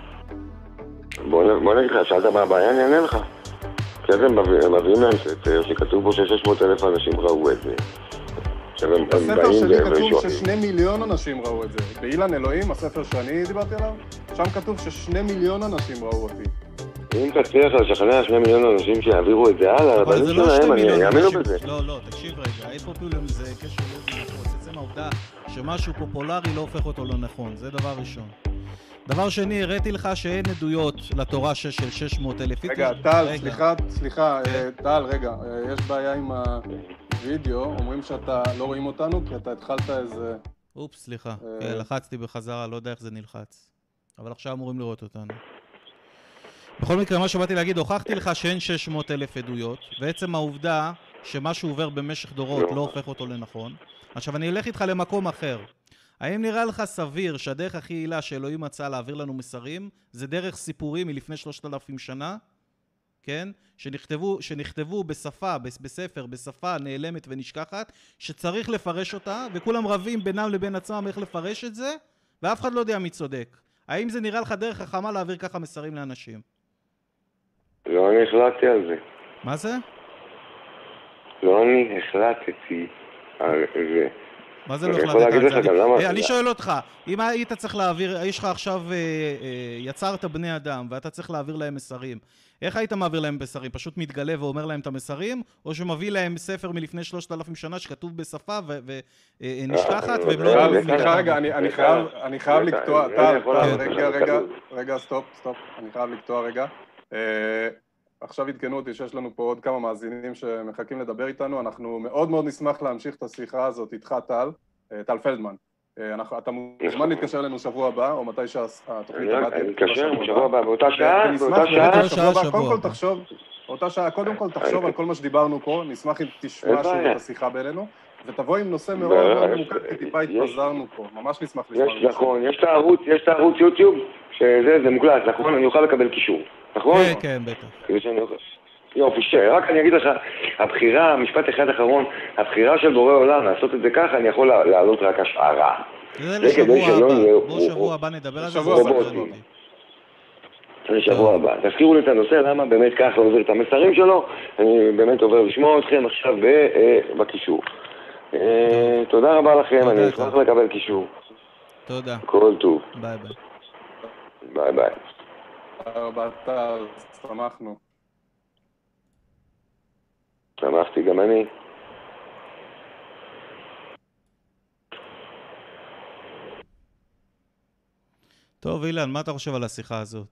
בוא נגיד לך, שאלת מה הבעיה, אני אענה לך. כי הם מביאים להם ספר שכתוב בו ש-שש מאות אלף אנשים ראו את זה. בספר שלי כתוב ששני מיליון אנשים ראו את זה. באילן אלוהים, הספר שאני דיברתי עליו, שם כתוב ששני מיליון אנשים ראו אותי. אם תצליח לשכנע שני מיליון אנשים שיעבירו את זה הלאה, אבל זה לא שני מיליון אנשים. לא, לא, תקשיב רגע, אין פה פילום זה קשר לא נכון. עצם העובדה שמשהו פופולרי לא הופך אותו לא נכון, זה דבר ראשון. דבר שני, הראיתי לך שאין עדויות לתורה של שש מאות אלף. רגע, טל, סליחה, סליחה, טל, רגע, יש בעיה עם הווידאו, אומרים שאתה לא רואים אותנו כי אתה התחלת איזה... אופס, סליחה, לחצתי בחזרה, לא יודע איך זה נלחץ. אבל עכשיו אמורים לראות אותנו. בכל מקרה, מה שבאתי להגיד, הוכחתי לך שאין שש מאות אלף עדויות, ועצם העובדה שמשהו עובר במשך דורות לא הופך אותו לנכון. עכשיו, אני אלך איתך למקום אחר. האם נראה לך סביר שהדרך הכי יעילה שאלוהים מצא להעביר לנו מסרים, זה דרך סיפורים מלפני שלושת אלפים שנה, כן? שנכתבו, שנכתבו בשפה, בספר, בשפה נעלמת ונשכחת, שצריך לפרש אותה, וכולם רבים בינם לבין עצמם איך לפרש את זה, ואף אחד לא יודע מי צודק. האם זה נראה לך דרך חכמה להעביר ככה מסרים לאנשים? לא, אני החלטתי על זה. מה זה? לא, אני החלטתי על זה. מה זה לא החלטת על זה? אני שואל אותך, אם היית צריך להעביר, יש לך עכשיו, יצרת בני אדם, ואתה צריך להעביר להם מסרים, איך היית מעביר להם מסרים? פשוט מתגלה ואומר להם את המסרים, או שמביא להם ספר מלפני שלושת אלפים שנה שכתוב בשפה ונשכחת, והם לא... סליחה רגע, אני חייב לקטוע, טל, רגע, רגע, רגע, סטופ, סטופ, אני חייב לקטוע רגע. עכשיו עדכנו אותי שיש לנו פה עוד כמה מאזינים שמחכים לדבר איתנו, אנחנו מאוד מאוד נשמח להמשיך את השיחה הזאת איתך, טל, טל פלדמן. אתה מוזמן להתקשר אלינו שבוע הבא, או מתי שהתוכנית הבאה תהיה. אני מתקשר בשבוע הבא, באותה שעה, באותה שעה. קודם כל תחשוב, באותה שעה, קודם כל תחשוב על כל מה שדיברנו פה, נשמח אם תשמע שוב את השיחה בינינו, ותבוא עם נושא מאוד מאוד ממוקד, כי טיפה התפזרנו פה, ממש נשמח לשמוע. יש, נכון, יש את הערוץ, יש את הערוץ יוטיוב, שזה, זה מוקלט, נכון? אני אוכל לקבל קישור, נכון? כן, כן, בטח. יופי, רק אני אגיד לך, הבחירה, משפט אחד אחרון, הבחירה של בורא עולם לעשות את זה ככה, אני יכול לעלות רק השערה. זה לשבוע הבא, בוא שבוע הבא נדבר על זה. לשבוע הבא. תזכירו לי את הנושא, למה באמת ככה עובר את המסרים שלו, אני באמת עובר לשמוע אתכם עכשיו בקישור. תודה רבה לכם, אני אשמח לקבל קישור. תודה. כל טוב. ביי ביי. ביי ביי. תודה רבה, טל, שמחנו. שמחתי גם אני. טוב, אילן, מה אתה חושב על השיחה הזאת?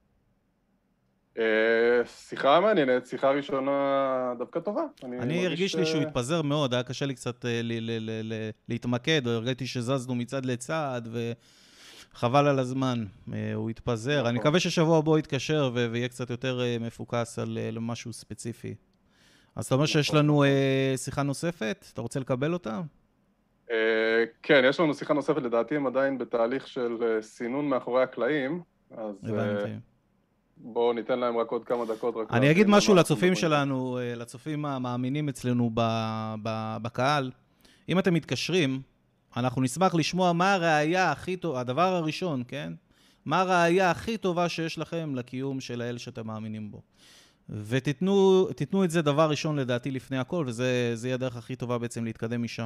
שיחה מעניינת, שיחה ראשונה דווקא טובה. אני הרגיש לי שהוא התפזר מאוד, היה קשה לי קצת להתמקד, הרגעתי שזזנו מצד לצד, וחבל על הזמן, הוא התפזר. אני מקווה ששבוע בו יתקשר ויהיה קצת יותר מפוקס על משהו ספציפי. אז אתה אומר שיש לנו שיחה נוספת? אתה רוצה לקבל אותה? כן, יש לנו שיחה נוספת, לדעתי הם עדיין בתהליך של סינון מאחורי הקלעים, אז בואו ניתן להם רק עוד כמה דקות. אני אגיד משהו לצופים שלנו, לצופים המאמינים אצלנו בקהל. אם אתם מתקשרים, אנחנו נשמח לשמוע מה הראייה הכי טובה, הדבר הראשון, כן? מה הראייה הכי טובה שיש לכם לקיום של האל שאתם מאמינים בו. ותתנו תתנו את זה דבר ראשון לדעתי לפני הכל, וזה יהיה הדרך הכי טובה בעצם להתקדם משם.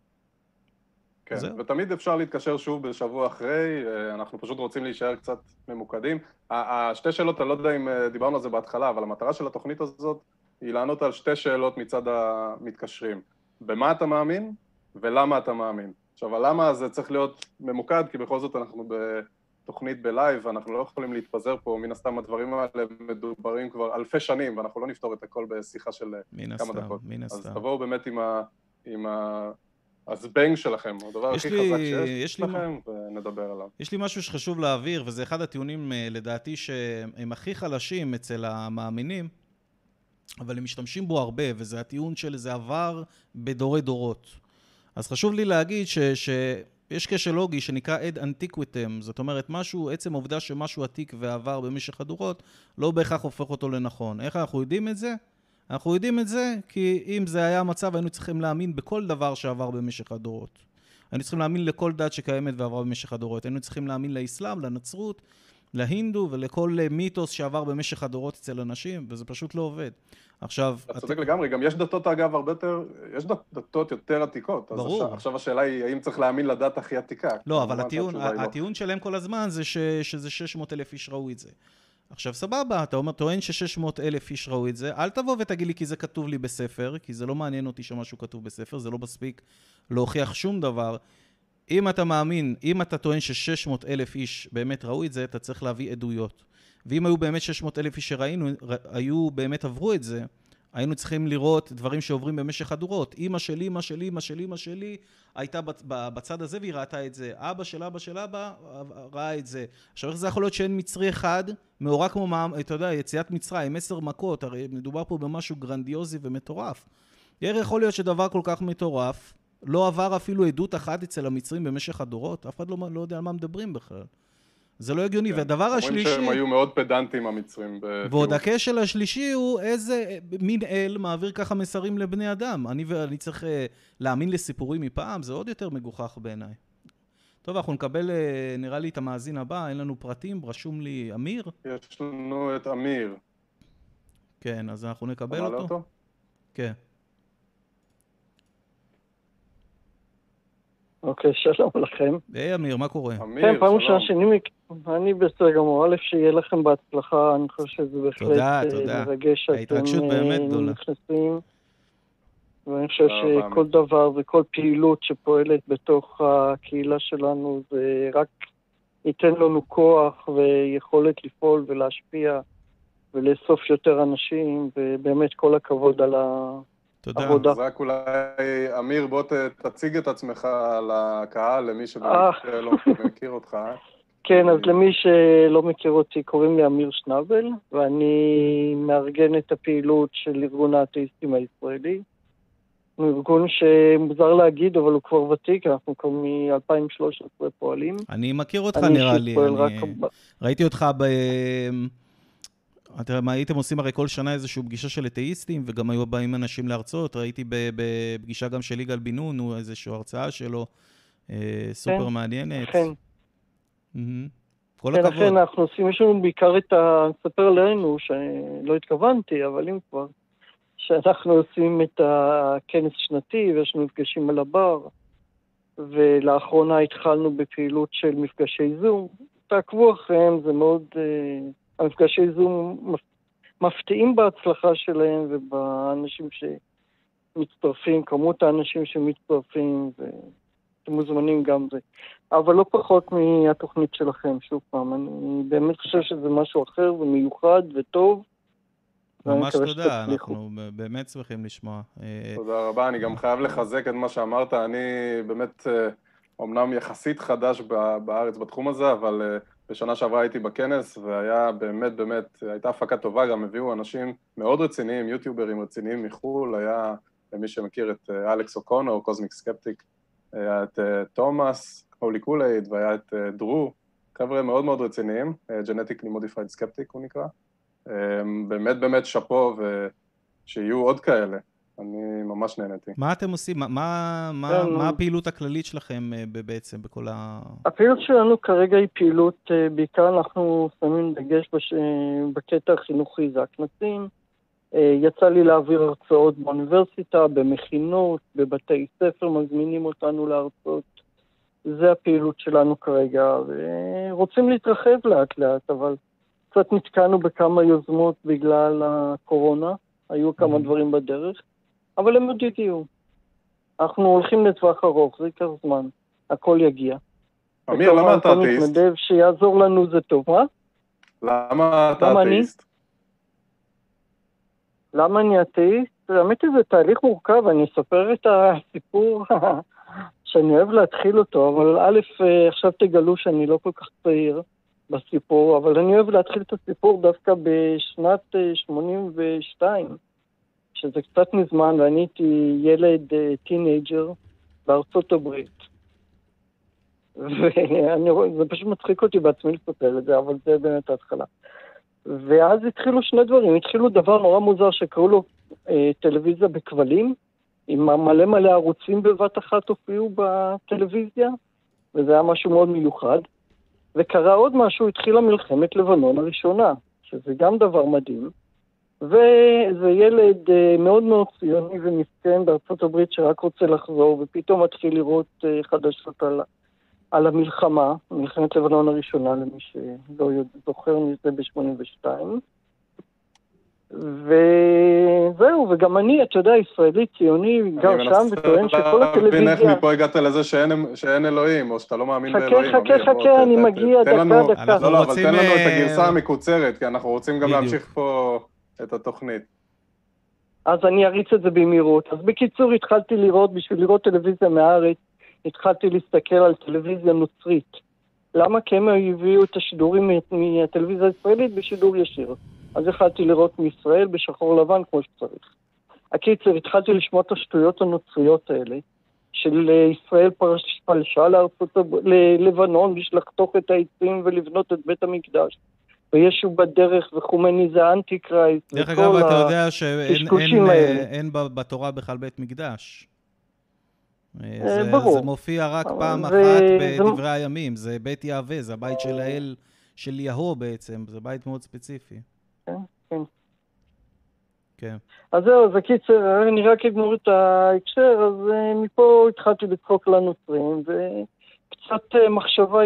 כן, ותמיד אפשר להתקשר שוב בשבוע אחרי, אנחנו פשוט רוצים להישאר קצת ממוקדים. השתי שאלות, אני לא יודע אם דיברנו על זה בהתחלה, אבל המטרה של התוכנית הזאת היא לענות על שתי שאלות מצד המתקשרים. במה אתה מאמין ולמה אתה מאמין? עכשיו, הלמה זה צריך להיות ממוקד, כי בכל זאת אנחנו בתוכנית בלייב, ואנחנו לא יכולים להתפזר פה, מן הסתם הדברים האלה מדוברים כבר אלפי שנים, ואנחנו לא נפתור את הכל בשיחה של כמה דקות. אז תבואו באמת עם ה... עם ה... הזבנג שלכם, הדבר הכי חזק שיש לכם, ונדבר עליו. יש לי משהו שחשוב להעביר, וזה אחד הטיעונים לדעתי שהם הכי חלשים אצל המאמינים, אבל הם משתמשים בו הרבה, וזה הטיעון של זה עבר בדורי דורות. אז חשוב לי להגיד ש, שיש קשר לוגי שנקרא ad antiquitem, זאת אומרת, משהו, עצם עובדה שמשהו עתיק ועבר במשך הדורות, לא בהכרח הופך אותו לנכון. איך אנחנו יודעים את זה? אנחנו יודעים את זה כי אם זה היה המצב, היינו צריכים להאמין בכל דבר שעבר במשך הדורות. היינו צריכים להאמין לכל דת שקיימת ועברה במשך הדורות. היינו צריכים להאמין לאסלאם, לנצרות, להינדו ולכל מיתוס שעבר במשך הדורות אצל אנשים, וזה פשוט לא עובד. עכשיו... אתה צודק לגמרי, גם יש דתות אגב הרבה יותר, יש דתות יותר עתיקות. ברור. אז עכשיו השאלה היא, האם צריך להאמין לדת הכי עתיקה? לא, אבל הטיעון, הטיעון שלהם כל הזמן זה ש, שזה שש מאות אלף איש ראו את זה. עכשיו סבבה, אתה אומר, טוען ש-שש מאות אלף איש ראו את זה, אל תבוא ותגיד לי כי זה כתוב לי בספר, כי זה לא מעניין אותי שמשהו כתוב בספר, זה לא מספיק להוכיח שום דבר. אם אתה מאמין, אם אתה טוען ש-שש מאות אלף איש באמת ראו את זה, אתה צריך להביא עדויות. ואם היו באמת שש מאות אלף איש שראינו, היו באמת עברו את זה, היינו צריכים לראות דברים שעוברים במשך הדורות. אמא שלי, אמא שלי, אמא שלי, אמא שלי, הייתה בצד הזה והיא ראתה את זה. אבא של אבא של אבא ראה את זה. עכשיו, איך זה יכול להיות שאין מצרי אחד, מאורע כמו, אתה יודע, יציאת מצרים, עשר מכות, הרי מדובר פה במשהו גרנדיוזי ומטורף. איך יכול להיות שדבר כל כך מטורף, לא עבר אפילו עדות אחת אצל המצרים במשך הדורות? אף אחד לא, לא יודע על מה מדברים בכלל. זה לא הגיוני, והדבר השלישי... אומרים שהם היו מאוד פדנטים המצרים. ועוד הכשל השלישי הוא איזה מין אל מעביר ככה מסרים לבני אדם. אני ואני צריך להאמין לסיפורים מפעם, זה עוד יותר מגוחך בעיניי. טוב, אנחנו נקבל, נראה לי, את המאזין הבא, אין לנו פרטים, רשום לי אמיר. יש לנו את אמיר. כן, אז אנחנו נקבל אותו. אותו? כן. אוקיי, שלום לכם. היי אמיר, מה קורה? אמיר, כן, פעם שלום. שאני, אני בסדר גמור, א' שיהיה לכם בהצלחה, אני חושב שזה בהחלט תודה, תודה. מרגש שאתם ההתרגשות באמת גדולה. נכנסים, ואני חושב תודה רבה. שכל דבר וכל פעילות שפועלת בתוך הקהילה שלנו, זה רק ייתן לנו כוח ויכולת לפעול ולהשפיע ולאסוף יותר אנשים, ובאמת כל הכבוד על ה... תודה. עבודה. אז רק אולי, אמיר, בוא ת- תציג את עצמך לקהל, למי אה. שבמקרה לא מכיר אותך. כן, אז למי שלא מכיר אותי, קוראים לי אמיר שנבל, ואני מארגן את הפעילות של ארגון האתאיסטים הישראלי. הוא ארגון שמוזר להגיד, אבל הוא כבר ותיק, אנחנו כבר מ-אלפיים ושלוש עשרה פועלים. אני מכיר אותך אני נראה אישית לי. פועל אני... רק... ראיתי אותך ב... אתם הייתם עושים הרי כל שנה איזושהי פגישה של אתאיסטים, וגם היו באים אנשים להרצות. ראיתי בפגישה גם של יגאל בן נון, הוא איזושהי הרצאה שלו, סופר מעניינת. כן. Mm-hmm. כל הכבוד. לכן אנחנו עושים, יש לנו בעיקר את ה... נספר עלינו, שלא התכוונתי, אבל אם כבר, שאנחנו עושים את הכנס שנתי, ויש לנו מפגשים על הבר, ולאחרונה התחלנו בפעילות של מפגשי זום. תעקבו אחריהם, זה מאוד... המפגשי זום מפתיעים בהצלחה שלהם, ובאנשים שמצטרפים, כמות האנשים שמצטרפים, ואתם מוזמנים גם זה. אבל לא פחות מהתוכנית שלכם, שוב פעם. אני באמת חושב שזה משהו אחר ומיוחד וטוב. ממש תודה, אנחנו באמת שמחים לשמוע. תודה רבה, אני גם חייב לחזק את מה שאמרת. אני באמת, אומנם יחסית חדש בארץ בתחום הזה, אבל בשנה שעברה הייתי בכנס, והיה באמת, באמת, הייתה הפקה טובה, גם הביאו אנשים מאוד רציניים, יוטיוברים רציניים מחול, היה, למי שמכיר את אלכס אוקונור, קוזמיק סקפטיק, היה את תומאס, הולי קולייד, והיה את דרו, חבר'ה מאוד מאוד רציניים, Genetically Modified Skeptic הוא נקרא. באמת באמת שפו, ושיהיו עוד כאלה. אני ממש נהניתי. מה אתם עושים? מה, מה, מה, מה הפעילות הכללית שלכם בעצם בכל ה... הפעילות שלנו כרגע היא פעילות, בעיקר אנחנו שמים דגש בש... בקטע החינוכי, זה הכנסים. יצא לי להעביר הרצאות באוניברסיטה, במכינות, בבתי ספר, מזמינים אותנו להרצאות. זה הפעילות שלנו כרגע, ורוצים להתרחב לאט לאט, אבל קצת נתקענו בכמה יוזמות בגלל הקורונה, היו כמה דברים בדרך, אבל הם עוד יגיעו. אנחנו הולכים לטווח ארוך, זה ייקח זמן, הכל יגיע. אמיר, למה אתה אתאיסט? מתנדב שיעזור לנו זה טוב, מה? למה אתה אתאיסט? למה אני אתאיסט? באמת זה תהליך מורכב, אני אספר את הסיפור שאני אוהב להתחיל אותו, אבל א', עכשיו תגלו שאני לא כל כך צעיר בסיפור, אבל אני אוהב להתחיל את הסיפור דווקא בשנת שמונים ושתיים, שזה קצת מזמן, ואני הייתי ילד טינג'ר בארצות הברית. וזה פשוט מצחיק אותי בעצמי לספר את זה, אבל זה באמת ההתחלה. ואז התחילו שני דברים, התחילו דבר נורא מוזר שקראו לו אה, טלוויזיה בכבלים, עם מלא מלא ערוצים בבת אחת הופיעו בטלוויזיה, וזה היה משהו מאוד מיוחד. וקרה עוד משהו, התחילה מלחמת לבנון הראשונה, שזה גם דבר מדהים. וזה ילד אה, מאוד מאוד ציוני ומסכן בארצות הברית שרק רוצה לחזור, ופתאום מתחיל לראות אה, חדשות על, על המלחמה, מלחמת לבנון הראשונה, למי שלא זוכר מזה ב-שמונים ושתיים. וזהו, וגם אני, אתה יודע, ישראלי, ציוני, גר שם וטוען שכל הטלוויזיה... אני מנסה להבין איך מפה הגעת לזה שאין, שאין אלוהים, או שאתה לא מאמין באלוהים. חכה, חכה, חכה, אני מגיע דקה, דקה. לא, לא, אבל תן לנו את הגרסה המקוצרת, כי אנחנו רוצים גם להמשיך פה את התוכנית. אז אני אריץ את זה במהירות. אז בקיצור, התחלתי לראות, בשביל לראות טלוויזיה מהארץ, התחלתי להסתכל על טלוויזיה נוצרית. למה? כי הם הביאו את השידורים מהטלוויזיה הישראלית בשידור ישיר. אז התחלתי לראות מישראל בשחור לבן כמו שצריך. הקיצר, התחלתי לשמוע את השטויות הנוצריות האלה, של ישראל פלשה לארצות ללבנון בשביל לחתוך את העצים ולבנות את בית המקדש. וישו בדרך וחומני זה אנטי קרייסט. דרך אגב, אתה יודע שאין בתורה בכלל בית מקדש. ברור. זה מופיע רק פעם אחת בדברי הימים. זה בית יהווה, זה הבית של האל, של יהו בעצם. זה בית מאוד ספציפי. כן. כן. אז זהו, אז הקיצר, אני רק אגמור את ההקשר, אז מפה התחלתי לצחוק לנוצרים, וקצת מחשבה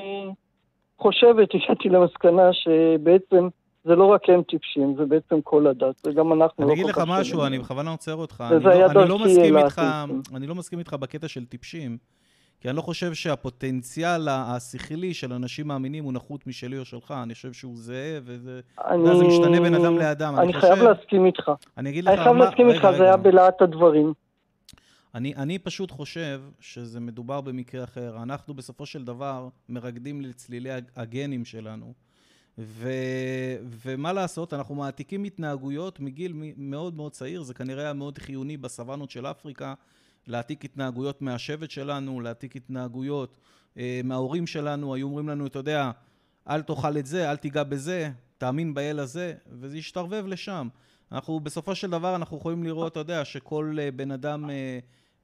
חושבת, הגעתי למסקנה שבעצם זה לא רק הם טיפשים, זה בעצם כל הדת, זה גם אנחנו לא כל כך... אני אגיד לך משהו, אני בכוונה עוצר אותך, אני לא מסכים איתך בקטע של טיפשים, כי אני לא חושב שהפוטנציאל השכלי של אנשים מאמינים הוא נחות משלי או שלך, אני חושב שהוא זהה, וזה משתנה בין אדם לאדם. אני חייב להסכים איתך. אני חייב להסכים איתך, זה היה בלהט הדברים. אני, אני פשוט חושב שזה מדובר במקרה אחר. אנחנו בסופו של דבר מרקדים לצלילי הגנים שלנו, ו, ומה לעשות, אנחנו מעתיקים התנהגויות מגיל מאוד מאוד צעיר, זה כנראה היה מאוד חיוני בסוונות של אפריקה, להעתיק התנהגויות מהשבט שלנו, להעתיק התנהגויות אה, מההורים שלנו, היו אומרים לנו, אתה יודע, אל תאכל את זה, אל תיגע בזה, תאמין באל הזה, וזה ישתרבב לשם. אנחנו בסופו של דבר, אנחנו יכולים לראות, אתה יודע, שכל אה, בן אדם אה,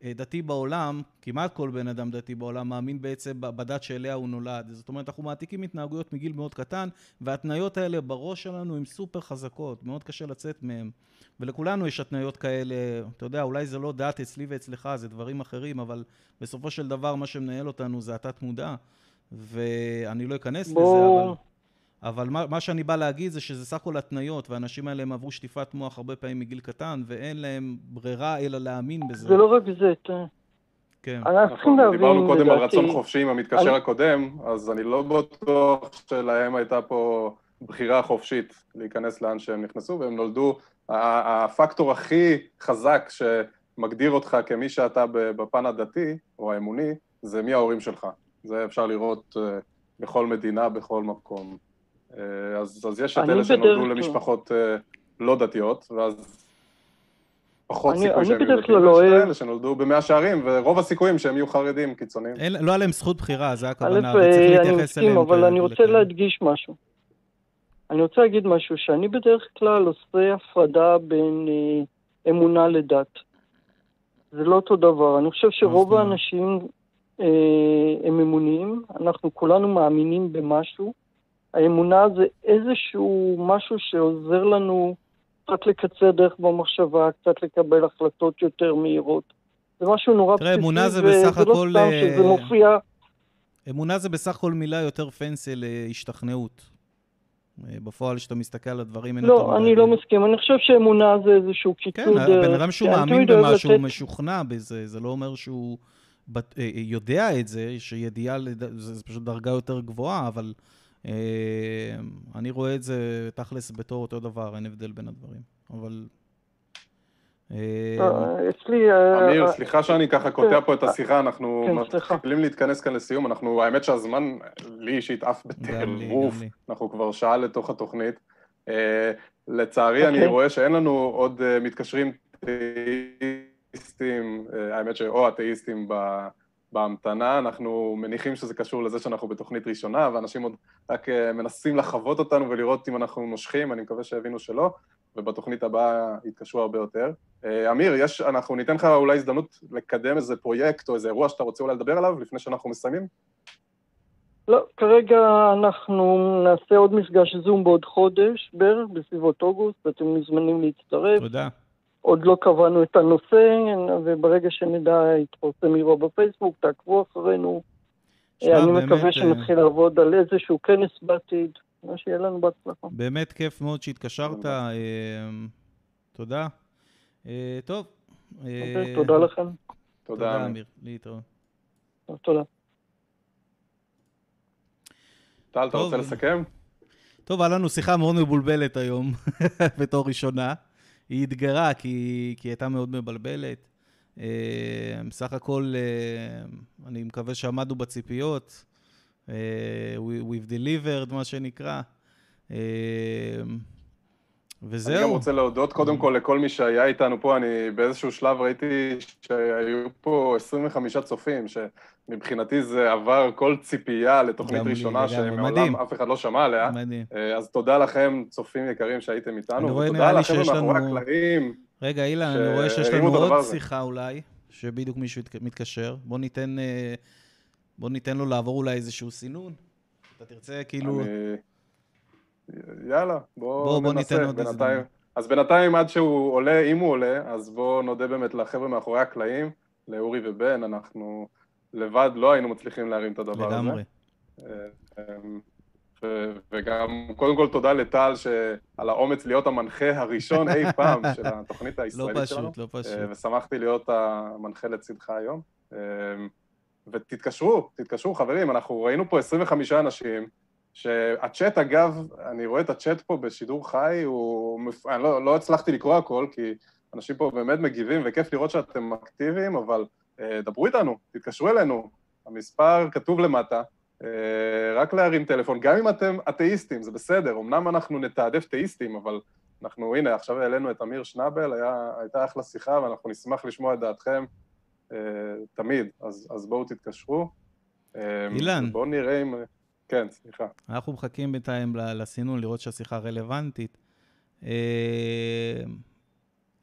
דתי בעולם, כמעט כל בן אדם דתי בעולם, מאמין בעצם בדת שאליה הוא נולד. זאת אומרת, אנחנו מעתיקים התנהגויות מגיל מאוד קטן, והתניות האלה בראש שלנו הן סופר חזקות, מאוד קשה לצאת מהן. ולכולנו יש התניות כאלה, אתה יודע, אולי זה לא דת אצלי ואצלך, זה דברים אחרים, אבל בסופו של דבר מה שמנהל אותנו זה התת מודע, ואני לא אכנס בוא... לזה, אבל... אבל מה, מה שאני בא להגיד זה שזה סך הכל התניות, והאנשים האלה הם עברו שטיפת מוח הרבה פעמים מגיל קטן, ואין להם ברירה אלא להאמין בזה. זה לא רק זה, כן. אנחנו דיברנו קודם על רצון חופשי עם המתקשר הקודם, אז אני לא בטוח שלהם הייתה פה בחירה חופשית להיכנס לאן שהם נכנסו, והם נולדו, הפקטור הכי חזק שמגדיר אותך כמי שאתה בפן הדתי, או האמוני, זה מי ההורים שלך. זה אפשר לראות בכל מדינה, בכל מקום. אז, אז יש את אלה שנולדו למשפחות לא דתיות, ואז פחות סיכוי שהם יהיו דתיים, ויש את אלה שנולדו במאה שערים, ורוב הסיכויים שהם יהיו חרדים קיצוניים. לא עליהם זכות בחירה, זה הכוונה, וצריך להתייחס אליהם. אבל אני רוצה להדגיש משהו. אני רוצה להגיד משהו, שאני בדרך כלל עושה הפרדה בין אמונה לדת. זה לא אותו דבר. אני חושב שרוב האנשים הם אמוניים, אנחנו כולנו מאמינים במשהו, האמונה זה איזשהו משהו שעוזר לנו קצת לקצר דרך במחשבה, קצת לקבל החלטות יותר מהירות. זה משהו נורא בסיסי, וזה לא סתם שזה מופיע. אמונה זה בסך הכל מילה יותר פנסי להשתכנעות. בפועל שאתה מסתכל על הדברים... לא, אני לא מסכים. אני חושב שאמונה זה איזשהו קיצור דרך. כן, הבן אדם שהוא מאמין במשהו, הוא משוכנע בזה, זה לא אומר שהוא יודע את זה, שידיעה, זה פשוט דרגה יותר גבוהה, אבל... אני רואה את זה תכלס בתור אותו דבר, אין הבדל בין הדברים, אבל... אמיר, סליחה שאני ככה קוטע פה את השיחה, אנחנו מתחילים להתכנס כאן לסיום, אנחנו, האמת שהזמן לי שהתעף בטירוף, אנחנו כבר שעה לתוך התוכנית. לצערי אני רואה שאין לנו עוד מתקשרים תאיסטים, האמת שאו התאיסטים ב... בהמתנה, אנחנו מניחים שזה קשור לזה שאנחנו בתוכנית ראשונה, ואנשים עוד רק מנסים לחוות אותנו ולראות אם אנחנו נושכים, אני מקווה שהבינו שלא, ובתוכנית הבאה יתקשרו הרבה יותר. אמיר, יש, אנחנו ניתן לך אולי הזדמנות לקדם איזה פרויקט או איזה אירוע שאתה רוצה אולי לדבר עליו לפני שאנחנו מסיימים? לא, כרגע אנחנו נעשה עוד מפגש זום בעוד חודש, בערך בסביבות אוגוסט, ואתם מוזמנים להצטרף. תודה. עוד לא קבענו את הנושא, וברגע שנדע יתפרסם אירוע בפייסבוק, תעקבו אחרינו. אני מקווה שנתחיל לעבוד על איזשהו כנס בעתיד, מה שיהיה לנו בהצלחה. באמת כיף מאוד שהתקשרת, תודה. טוב. תודה לכם. תודה אמיר, להתראות. תודה. טל, אתה רוצה לסכם? טוב, היה לנו שיחה מאוד מבולבלת היום, בתור ראשונה. היא התגרה כי, כי הייתה מאוד מבלבלת. בסך הכל, אני מקווה שעמדנו בציפיות. We've delivered, מה שנקרא. וזהו. אני גם רוצה להודות קודם כל לכל מי שהיה איתנו פה. אני באיזשהו שלב ראיתי שהיו פה עשרים וחמישה צופים, שמבחינתי זה עבר כל ציפייה לתוכנית ראשונה שמעולם אף אחד לא שמע עליה. אז תודה לכם, צופים יקרים שהייתם איתנו, ותודה לכם מאחורי הקלעים. רגע, אילן, אני רואה שיש לנו עוד שיחה אולי, שבדיוק מישהו מתקשר. בוא ניתן, בוא ניתן לו לעבור אולי איזשהו סינון. אתה תרצה כאילו... יאללה, בוא, בוא ננסה, בינתיים. אז בינתיים עד שהוא עולה, אם הוא עולה, אז בוא נודה באמת לחבר'ה מאחורי הקלעים, לאורי ובן, אנחנו לבד לא היינו מצליחים להרים את הדבר לגמרי. הזה. ו- וגם קודם כל תודה לטל שעל האומץ להיות המנחה הראשון אי פעם של התוכנית הישראלית לא שלנו. פשוט, לא פשוט. ושמחתי להיות המנחה לצדך היום. ותתקשרו, תתקשרו חברים, אנחנו ראינו פה עשרים וחמישה אנשים, שהצ'אט אגב, אני רואה את הצ'אט פה בשידור חי, הוא, אני לא, לא הצלחתי לקרוא הכל, כי אנשים פה באמת מגיבים, וכיף לראות שאתם אקטיביים, אבל אה, דברו איתנו, תתקשרו אלינו, המספר כתוב למטה, אה, רק להרים טלפון, גם אם אתם אתאיסטים, זה בסדר, אמנם אנחנו נתעדף תאיסטים, אבל אנחנו, הנה, עכשיו העלינו את אמיר שנבל, היה, הייתה אחלה שיחה, ואנחנו נשמח לשמוע את דעתכם אה, תמיד, אז, אז בואו תתקשרו. אה, אילן. בואו נראה אם... כן, סליחה. אנחנו מחכים בינתיים לסינון, לראות שהשיחה רלוונטית.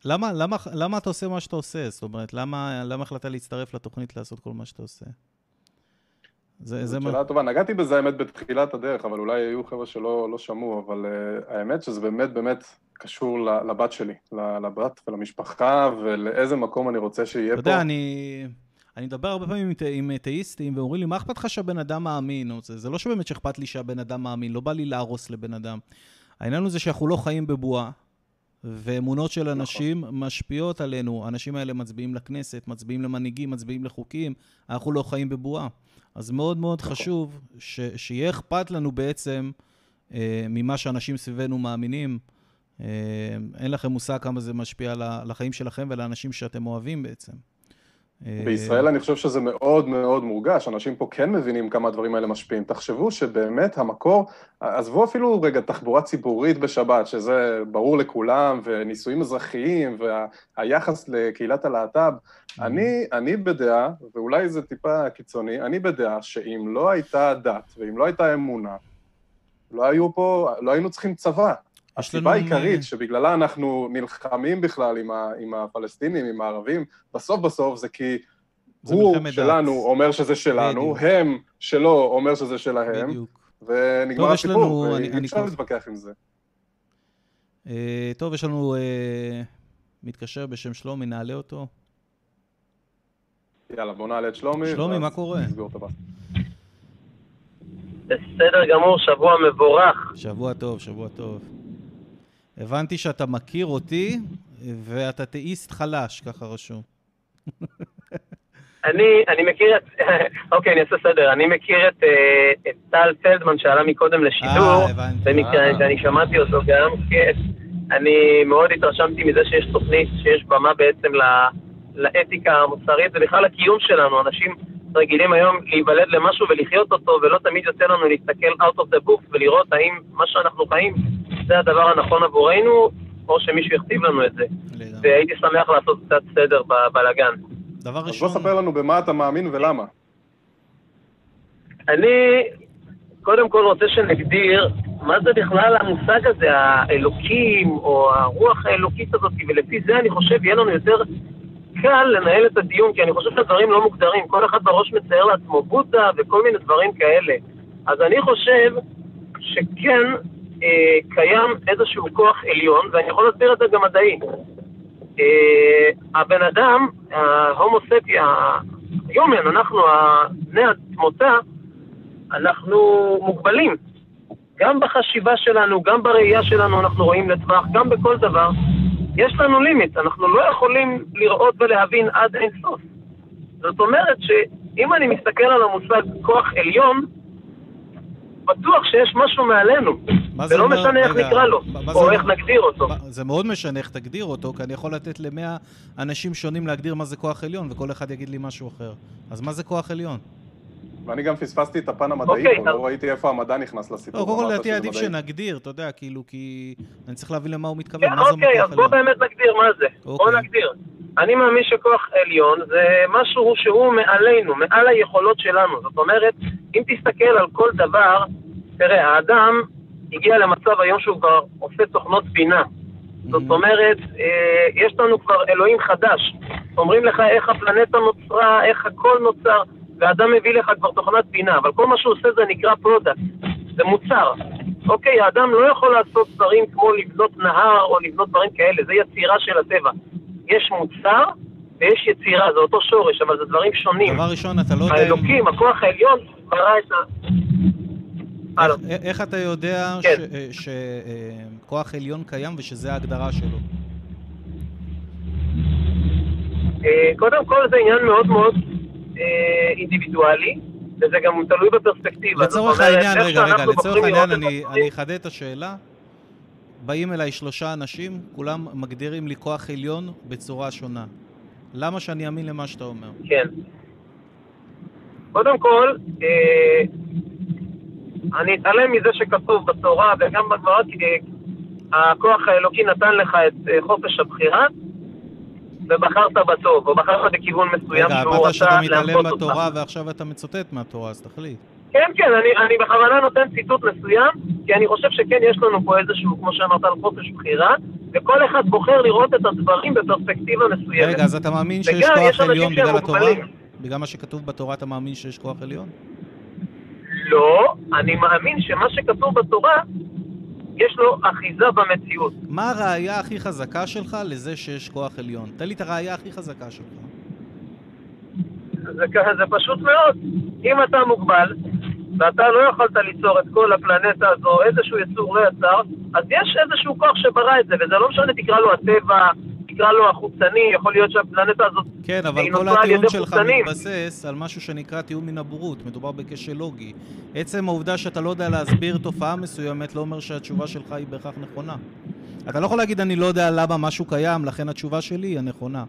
למה, למה, למה אתה עושה מה שאתה עושה? זאת אומרת, למה, למה החלטת להצטרף לתוכנית לעשות כל מה שאתה עושה? זה, זה שאלה מה... טובה, נגעתי בזה האמת בתחילת הדרך, אבל אולי היו חבר'ה שלא לא שמעו, אבל uh, האמת שזה באמת באמת קשור לבת שלי, לבת ולמשפחה, ולאיזה מקום אני רוצה שיהיה פה. אתה יודע, אני... אני מדבר הרבה פעמים עם, עם תאיסטים, ואומרים לי, מה אכפת לך שהבן אדם מאמין? זה, זה לא שבאמת שאכפת לי שהבן אדם מאמין, לא בא לי להרוס לבן אדם. העניין הוא זה שאנחנו לא חיים בבועה, ואמונות של אנשים נכון. משפיעות עלינו. האנשים האלה מצביעים לכנסת, מצביעים למנהיגים, מצביעים לחוקים, אנחנו לא חיים בבועה. אז מאוד מאוד נכון. חשוב ש, שיהיה אכפת לנו בעצם אה, ממה שאנשים סביבנו מאמינים. אה, אין לכם מושג כמה זה משפיע לחיים שלכם ולאנשים שאתם אוהבים בעצם. בישראל אני חושב שזה מאוד מאוד מורגש, אנשים פה כן מבינים כמה הדברים האלה משפיעים. תחשבו שבאמת המקור, עזבו אפילו רגע תחבורה ציבורית בשבת, שזה ברור לכולם, וניסויים אזרחיים, והיחס לקהילת הלהט"ב, אני, אני בדעה, ואולי זה טיפה קיצוני, אני בדעה שאם לא הייתה דת, ואם לא הייתה אמונה, לא היו פה, לא היינו צריכים צבא. הסיבה העיקרית שבגללה אנחנו נלחמים בכלל עם, ה, עם הפלסטינים, עם הערבים, בסוף בסוף זה כי הוא שלנו דעת. אומר שזה שלנו, בדיוק. הם שלו אומר שזה שלהם, בדיוק. ונגמר הסיפור, ואי אפשר להתווכח עם זה. Uh, טוב, יש לנו uh, מתקשר בשם שלומי, נעלה אותו. יאללה, בוא נעלה את שלומי. שלומי, מה קורה? בסדר גמור, שבוע מבורך. שבוע טוב, שבוע טוב. הבנתי שאתה מכיר אותי, ואתה תאיסט חלש, ככה רשום. אני, אני מכיר את, אוקיי, אני אעשה סדר, אני מכיר את, את טל פלדמן שעלה מקודם לשידור, ואני שמעתי אותו גם, אני מאוד התרשמתי מזה שיש תוכנית, שיש במה בעצם לאתיקה המוסרית, ובכלל הקיום שלנו, אנשים רגילים היום להיוולד למשהו ולחיות אותו, ולא תמיד יוצא לנו להסתכל out of the book ולראות האם מה שאנחנו חיים זה הדבר הנכון עבורנו, או שמישהו יכתיב לנו את זה. והייתי שמח לעשות קצת סדר בבלגן. דבר ראשון... אז בוא ספר לנו במה אתה מאמין ולמה. אני קודם כל רוצה שנגדיר מה זה בכלל המושג הזה, האלוקים, או הרוח האלוקית הזאת, ולפי זה אני חושב יהיה לנו יותר קל לנהל את הדיון, כי אני חושב שהדברים לא מוגדרים, כל אחד בראש מצייר לעצמו בודה וכל מיני דברים כאלה. אז אני חושב שכן אה, קיים איזשהו כוח עליון, ואני יכול להסביר את זה גם מדעי. אה, הבן אדם, ההומוספי, היומן, אנחנו, בני התמותה, אנחנו מוגבלים. גם בחשיבה שלנו, גם בראייה שלנו אנחנו רואים לטווח, גם בכל דבר. יש לנו לימיט, אנחנו לא יכולים לראות ולהבין עד אין סוף. זאת אומרת שאם אני מסתכל על המושג כוח עליון, בטוח שיש משהו מעלינו, ולא אומר, משנה איך רגע, נקרא לו, או איך מה, נגדיר אותו. זה מאוד משנה איך תגדיר אותו, כי אני יכול לתת למאה אנשים שונים להגדיר מה זה כוח עליון, וכל אחד יגיד לי משהו אחר. אז מה זה כוח עליון? ואני גם פספסתי את הפן המדעי, okay, לא ראיתי איפה המדע נכנס לסיפור. קודם כל, לדעתי עדיף שנגדיר, אתה יודע, כאילו, כי אני צריך להבין למה הוא מתכוון, מה זה כוח עליון. אוקיי, אז בוא באמת נגדיר מה זה. בוא נגדיר. אני מאמין שכוח עליון זה משהו שהוא מעלינו, מעל היכולות שלנו. זאת אומרת, אם תסתכל על כל דבר, תראה, האדם הגיע למצב היום שהוא כבר עושה תוכנות בינה. זאת אומרת, יש לנו כבר אלוהים חדש. אומרים לך איך הפלנטה נוצרה, איך הכל נוצר, והאדם מביא לך כבר תוכנת בינה, אבל כל מה שהוא עושה זה נקרא פרודקט, זה מוצר. אוקיי, האדם לא יכול לעשות דברים כמו לבנות נהר או לבנות דברים כאלה, זה יצירה של הטבע. יש מוצר ויש יצירה, זה אותו שורש, אבל זה דברים שונים. דבר ראשון, אתה לא יודע... האלוקים, הכוח העליון, ברא את ה... איך, איך אתה יודע כן. שכוח עליון קיים ושזה ההגדרה שלו? קודם כל זה עניין מאוד מאוד אינדיבידואלי, וזה גם תלוי בפרספקטיבה. לצורך העניין, רגע, רגע, לצורך העניין אני אחדד את השאלה. באים אליי שלושה אנשים, כולם מגדירים לי כוח עליון בצורה שונה. למה שאני אאמין למה שאתה אומר? כן. קודם כל, אני אתעלם מזה שכתוב בתורה וגם בגמרא, כי הכוח האלוקי נתן לך את חופש הבחירה, ובחרת בטוב, או בחרת בכיוון מסוים שהוא רצה להנחות אותך. רגע, אמרת שאתה מתעלם בתורה ועכשיו אתה מצוטט מהתורה, אז תחליט. כן, כן, אני, אני בכוונה נותן ציטוט מסוים, כי אני חושב שכן יש לנו פה איזשהו, כמו שאמרת, על חופש בחירה, וכל אחד בוחר לראות את הדברים בפרספקטיבה מסוימת. רגע, אז אתה מאמין שיש כוח עליון בגלל התורה? בגלל מה שכתוב בתורה אתה מאמין שיש כוח עליון? לא, אני מאמין שמה שכתוב בתורה, יש לו אחיזה במציאות. מה הראייה הכי חזקה שלך לזה שיש כוח עליון? תן לי את הראייה הכי חזקה שלך. זה, זה פשוט מאוד. אם אתה מוגבל, ואתה לא יכולת ליצור את כל הפלנטה הזו, איזשהו יצור לא יצר, אז יש איזשהו כוח שברא את זה, וזה לא משנה, תקרא לו הטבע, תקרא לו החוצני, יכול להיות שהפלנטה הזאת... כן, אבל כל הטיעון שלך מתבסס על משהו שנקרא טיעון מן הבורות, מדובר בקשר לוגי. עצם העובדה שאתה לא יודע להסביר תופעה מסוימת, לא אומר שהתשובה שלך היא בהכרח נכונה. אתה לא יכול להגיד, אני לא יודע למה משהו קיים, לכן התשובה שלי היא הנכונה.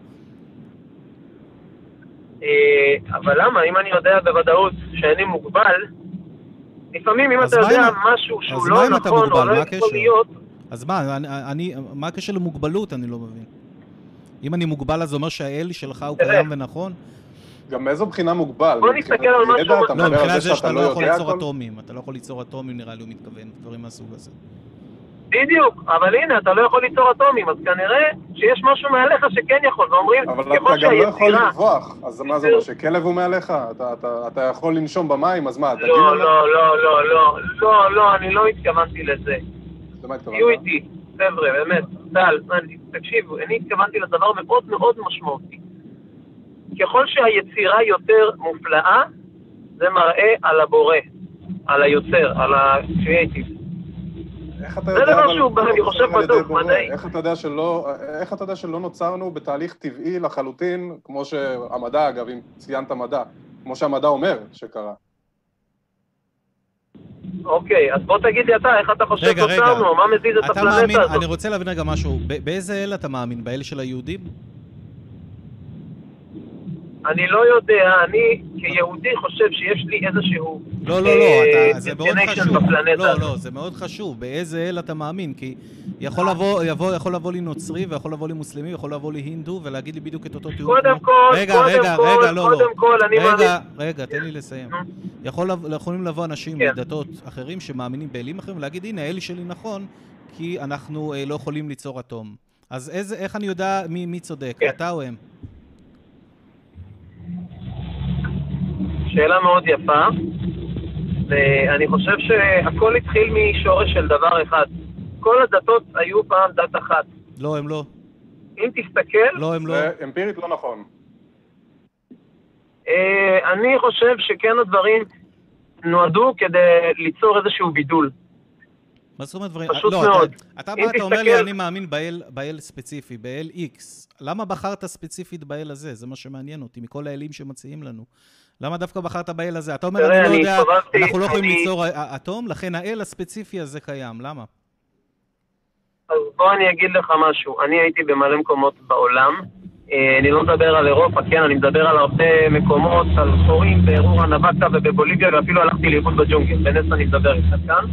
אבל למה? אם אני יודע בוודאות שאני מוגבל, לפעמים אם אתה יודע משהו שהוא לא נכון או לא יכול להיות... אז מה, אני, מה הקשר למוגבלות? אני לא מבין. אם אני מוגבל, אז זה אומר שהאל שלך הוא קיים ונכון? גם מאיזו בחינה מוגבל? בוא נסתכל על משהו... לא, מבחינה זה שאתה לא יכול ליצור אטומים. אתה לא יכול ליצור אטומים, נראה לי הוא מתכוון, דברים מהסוג הזה. בדיוק, אבל הנה, אתה לא יכול ליצור אטומים, אז כנראה שיש משהו מעליך שכן יכול, ואומרים... אבל אתה גם לא יכול לברוח, אז מה זה אומר, שכלב הוא מעליך? אתה יכול לנשום במים, אז מה, אתה גיל לא, לא, לא, לא, לא, לא, לא, אני לא התכוונתי לזה. תהיו איתי, חבר'ה, באמת, טל, תקשיבו, אני התכוונתי לדבר מאוד מאוד משמעותי. ככל שהיצירה יותר מופלאה, זה מראה על הבורא, על היוצר, על הקריאייטיב. איך אתה יודע, אבל אני חושב בטוח, מדעי. איך אתה יודע שלא, איך אתה יודע שלא נוצרנו בתהליך טבעי לחלוטין, כמו שהמדע, אגב, אם ציינת מדע, כמו שהמדע אומר שקרה. אוקיי, אז בוא תגיד לי אתה, איך אתה חושב נוצרנו, מה מזיז את הפלנטה הזאת? אני רוצה להבין רגע משהו, באיזה אל אתה מאמין? באל של היהודים? אני לא יודע, אני כיהודי חושב שיש לי איזשהו... לא, לא, לא, זה מאוד חשוב. לא, לא, זה מאוד חשוב. באיזה אל אתה מאמין? כי יכול לבוא, יכול לבוא לי נוצרי, ויכול לבוא לי מוסלמי, יכול לבוא לי הינדו, ולהגיד לי בדיוק את אותו טיעון. קודם כל, רגע, רגע, רגע, לא, לא. קודם כל, אני מאמין... רגע, רגע, תן לי לסיים. יכולים לבוא אנשים מדתות אחרים שמאמינים באלים אחרים, ולהגיד, הנה, האל שלי נכון, כי אנחנו לא יכולים ליצור אטום. אז איך אני יודע מי צודק, אתה או הם? שאלה מאוד יפה, ואני חושב שהכל התחיל משורש של דבר אחד. כל הדתות היו פעם דת אחת. לא, הם לא. אם תסתכל... לא, הם לא. זה אמפירית לא נכון. אני חושב שכן הדברים נועדו כדי ליצור איזשהו בידול. מה זאת אומרת דברים? פשוט מאוד. אתה בא, אתה אומר לי, אני מאמין באל ספציפי, באל X. למה בחרת ספציפית באל הזה? זה מה שמעניין אותי, מכל האלים שמציעים לנו. למה דווקא בחרת באל הזה? אתה אומר, אני לא יודע, אנחנו לא יכולים ליצור אטום, לכן האל הספציפי הזה קיים. למה? אז בוא אני אגיד לך משהו. אני הייתי במלא מקומות בעולם. אני לא מדבר על אירופה, כן, אני מדבר על הרבה מקומות, על חורים בארורה נבטה ובבוליביה, ואפילו הלכתי לאיבוד בג'ונגל. בנס אני מדבר איתך כאן.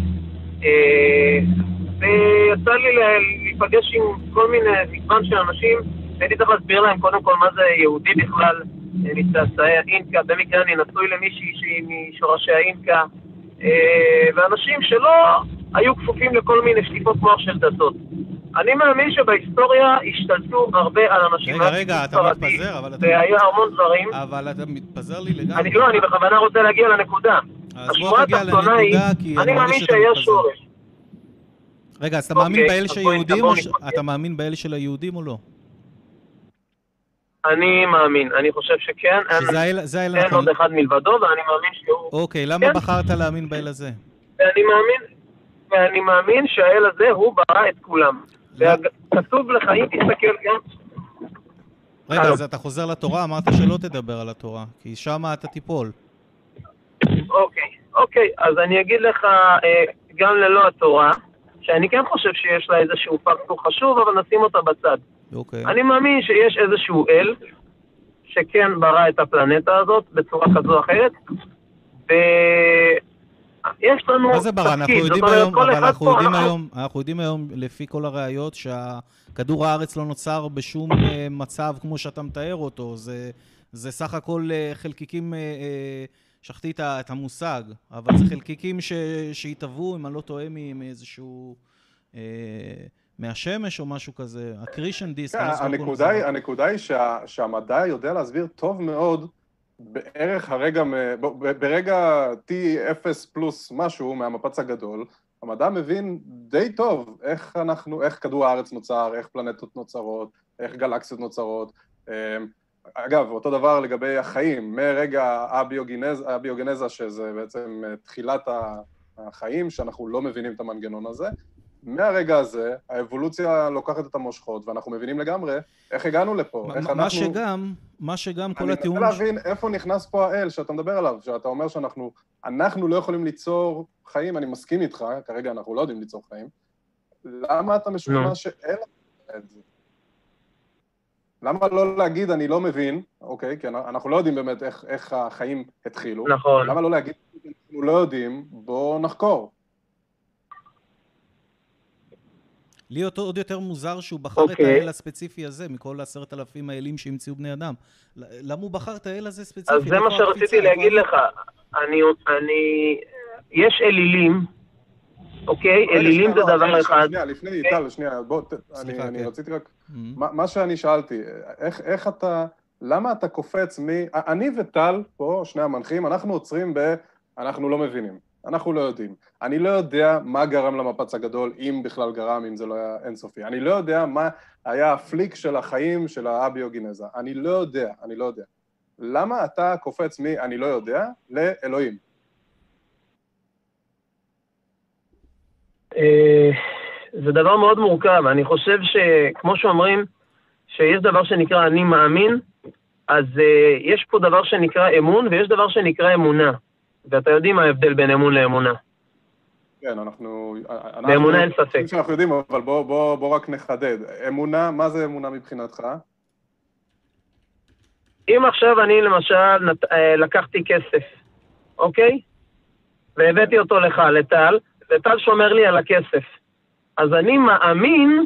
ויצא לי להיפגש עם כל מיני מגוון של אנשים, והייתי צריך להסביר להם קודם כל מה זה יהודי בכלל, מצאצאי האינקה, במקרה אני נשוי למישהי שהיא משורשי האינקה, ואנשים שלא היו כפופים לכל מיני שטיפות מוח של דתות. אני מאמין שבהיסטוריה השתלטו הרבה על אנשים. רגע, רגע, אתה מתפזר, אבל אתה... והיה המון דברים. אבל אתה מתפזר לי לגמרי. אני לא, אני בכוונה רוצה להגיע לנקודה. אז בוא תגיע לנקודה, כי אני מאמין שאתה מתפזר. רגע, אז אתה מאמין באל של היהודים, אתה מאמין באל של היהודים או לא? אני מאמין, אני חושב שכן. אין עוד אחד מלבדו, ואני מאמין שהוא... אוקיי, למה בחרת להאמין באל הזה? ואני מאמין, ואני מאמין שהאל הזה הוא ברא את כולם. וכתוב לך, אם תסתכל גם... רגע, אז אתה חוזר לתורה, אמרת שלא תדבר על התורה, כי שם אתה תיפול. אוקיי, אוקיי, אז אני אגיד לך, גם ללא התורה, שאני כן חושב שיש לה איזשהו פקטור חשוב, אבל נשים אותה בצד. אוקיי. אני מאמין שיש איזשהו אל, שכן ברא את הפלנטה הזאת בצורה כזו או אחרת, ויש לנו... מה זה ברא? אנחנו יודעים היום, אבל אנחנו יודעים היום, אנחנו יודעים היום, לפי כל הראיות, שהכדור הארץ לא נוצר בשום מצב כמו שאתה מתאר אותו. זה, זה סך הכל חלקיקים, שכחתי את המושג, אבל זה חלקיקים שהתהוו, אם אני לא טועה, מאיזשהו... מהשמש או משהו כזה, הקרישן דיסק. הנקודה היא, הנקודה היא שה, שהמדע יודע להסביר טוב מאוד בערך הרגע, ברגע T אפס פלוס משהו מהמפץ הגדול, המדע מבין די טוב איך אנחנו, איך כדור הארץ נוצר, איך פלנטות נוצרות, איך גלקסיות נוצרות. אגב, אותו דבר לגבי החיים, מרגע הביוגנזה, הביוגנזה שזה בעצם תחילת החיים, שאנחנו לא מבינים את המנגנון הזה, מהרגע הזה, האבולוציה לוקחת את המושכות, ואנחנו מבינים לגמרי איך הגענו לפה, איך אנחנו... מה שגם, מה שגם כל הטיעון... אני מנסה להבין איפה נכנס פה האל שאתה מדבר עליו, שאתה אומר שאנחנו, אנחנו לא יכולים ליצור חיים, אני מסכים איתך, כרגע אנחנו לא יודעים ליצור חיים, למה אתה משוכנע שאל את זה? למה לא להגיד אני לא מבין, אוקיי, כי אנחנו לא יודעים באמת איך, איך החיים התחילו, נכון. למה לא להגיד אנחנו לא יודעים, בוא נחקור. לי אותו עוד יותר מוזר שהוא בחר okay. את האל הספציפי הזה, מכל עשרת אלפים האלים שהמציאו בני אדם. למה הוא בחר את האל הזה ספציפי? אז זה מה שרציתי להגיד לך. אני, אני, יש אלילים, אוקיי? אלילים זה דבר אחד. שנייה, לפני, טל, שנייה, בוא, אני רציתי רק, מה שאני שאלתי, איך אתה, למה אתה קופץ מ... אני וטל, פה, שני המנחים, אנחנו עוצרים ב... אנחנו לא מבינים. אנחנו לא יודעים. אני לא יודע מה גרם למפץ הגדול, אם בכלל גרם, אם זה לא היה אינסופי. אני לא יודע מה היה הפליק של החיים של האביוגנזה. אני לא יודע, אני לא יודע. למה אתה קופץ מי, אני לא יודע, לאלוהים? זה דבר מאוד מורכב. אני חושב שכמו שאומרים, שיש דבר שנקרא אני מאמין, אז יש פה דבר שנקרא אמון, ויש דבר שנקרא אמונה. ואתה יודעים מה ההבדל בין אמון לאמונה. כן, אנחנו... באמונה אין ספק. אנחנו יודעים, אבל בוא, בוא, בוא רק נחדד. אמונה, מה זה אמונה מבחינתך? אם עכשיו אני למשל לקחתי כסף, אוקיי? והבאתי אותו לך, לטל, וטל שומר לי על הכסף. אז אני מאמין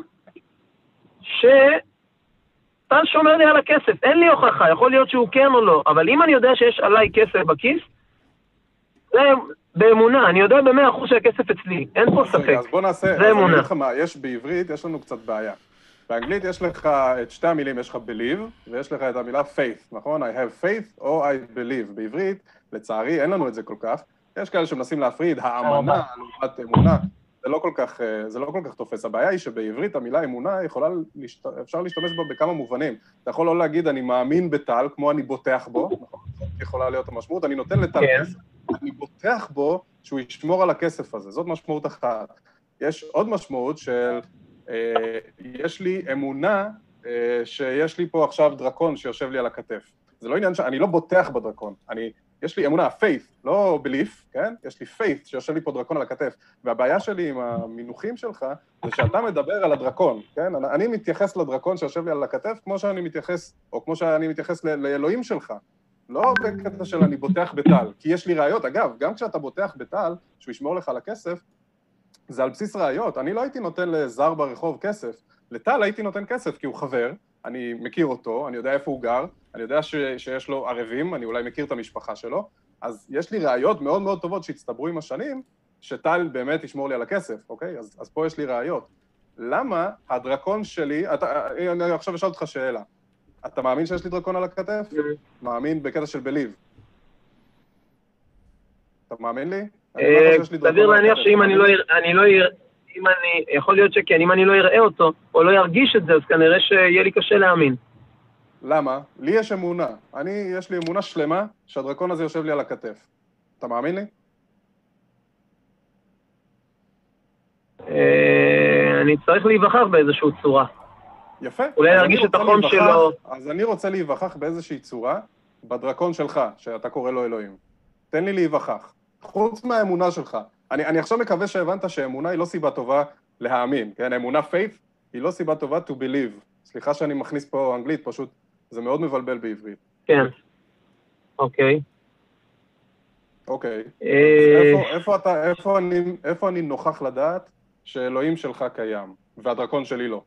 שטל שומר לי על הכסף. אין לי הוכחה, יכול להיות שהוא כן או לא, אבל אם אני יודע שיש עליי כסף בכיס, זה באמונה, אני יודע במאה אחוז שהכסף אצלי, אין פה ספק. אז בוא נעשה, זה אמונה. לך מה, יש בעברית, יש לנו קצת בעיה. באנגלית יש לך את שתי המילים, יש לך believe, ויש לך את המילה faith, נכון? I have faith או I believe. בעברית, לצערי, אין לנו את זה כל כך. יש כאלה שמנסים להפריד, האמנה, לעומת אמונה, זה לא כל כך, זה לא כל כך תופס. הבעיה היא שבעברית המילה אמונה יכולה, אפשר להשתמש בה בכמה מובנים. אתה יכול לא להגיד, אני מאמין בטל, כמו אני בוטח בו, נכון? זאת יכולה להיות המשמעות, אני נותן לטל כסף. אני בוטח בו שהוא ישמור על הכסף הזה, זאת משמעות אחת. יש עוד משמעות של, אה, יש לי אמונה אה, שיש לי פה עכשיו דרקון שיושב לי על הכתף. זה לא עניין ש... אני לא בוטח בדרקון, אני, יש לי אמונה, faith, לא belief, כן? יש לי faith שיושב לי פה דרקון על הכתף, והבעיה שלי עם המינוחים שלך, זה שאתה מדבר על הדרקון, כן? אני, אני מתייחס לדרקון שיושב לי על הכתף, כמו שאני מתייחס, או כמו שאני מתייחס ל- לאלוהים שלך. לא בקטע של אני בוטח בטל, כי יש לי ראיות. אגב, גם כשאתה בוטח בטל, שהוא ישמור לך על הכסף, זה על בסיס ראיות. אני לא הייתי נותן לזר ברחוב כסף. לטל הייתי נותן כסף כי הוא חבר, אני מכיר אותו, אני יודע איפה הוא גר, אני יודע ש- שיש לו ערבים, אני אולי מכיר את המשפחה שלו, אז יש לי ראיות מאוד מאוד טובות שהצטברו עם השנים, שטל באמת ישמור לי על הכסף, אוקיי? אז, אז פה יש לי ראיות. למה הדרקון שלי, אתה, אני עכשיו אשאל אותך שאלה, אתה מאמין שיש לי דרקון על הכתף? מאמין בקטע של בליב. אתה מאמין לי? סביר להניח שאם אני לא אראה, אם אני, יכול להיות שכן, אם אני לא אראה אותו, או לא ירגיש את זה, אז כנראה שיהיה לי קשה להאמין. למה? לי יש אמונה. אני, יש לי אמונה שלמה שהדרקון הזה יושב לי על הכתף. אתה מאמין לי? אני צריך להיווכח באיזושהי צורה. יפה. אולי להרגיש את החום שלו. אז אני רוצה להיווכח באיזושהי צורה בדרקון שלך, שאתה קורא לו אלוהים. תן לי להיווכח. חוץ מהאמונה שלך. אני, אני עכשיו מקווה שהבנת שאמונה היא לא סיבה טובה להאמין, כן? אמונה faith היא לא סיבה טובה to believe. סליחה שאני מכניס פה אנגלית, פשוט זה מאוד מבלבל בעברית. כן. אוקיי. אוקיי. אז איפה, איפה אתה, איפה אני, איפה אני נוכח לדעת שאלוהים שלך קיים, והדרקון שלי לא?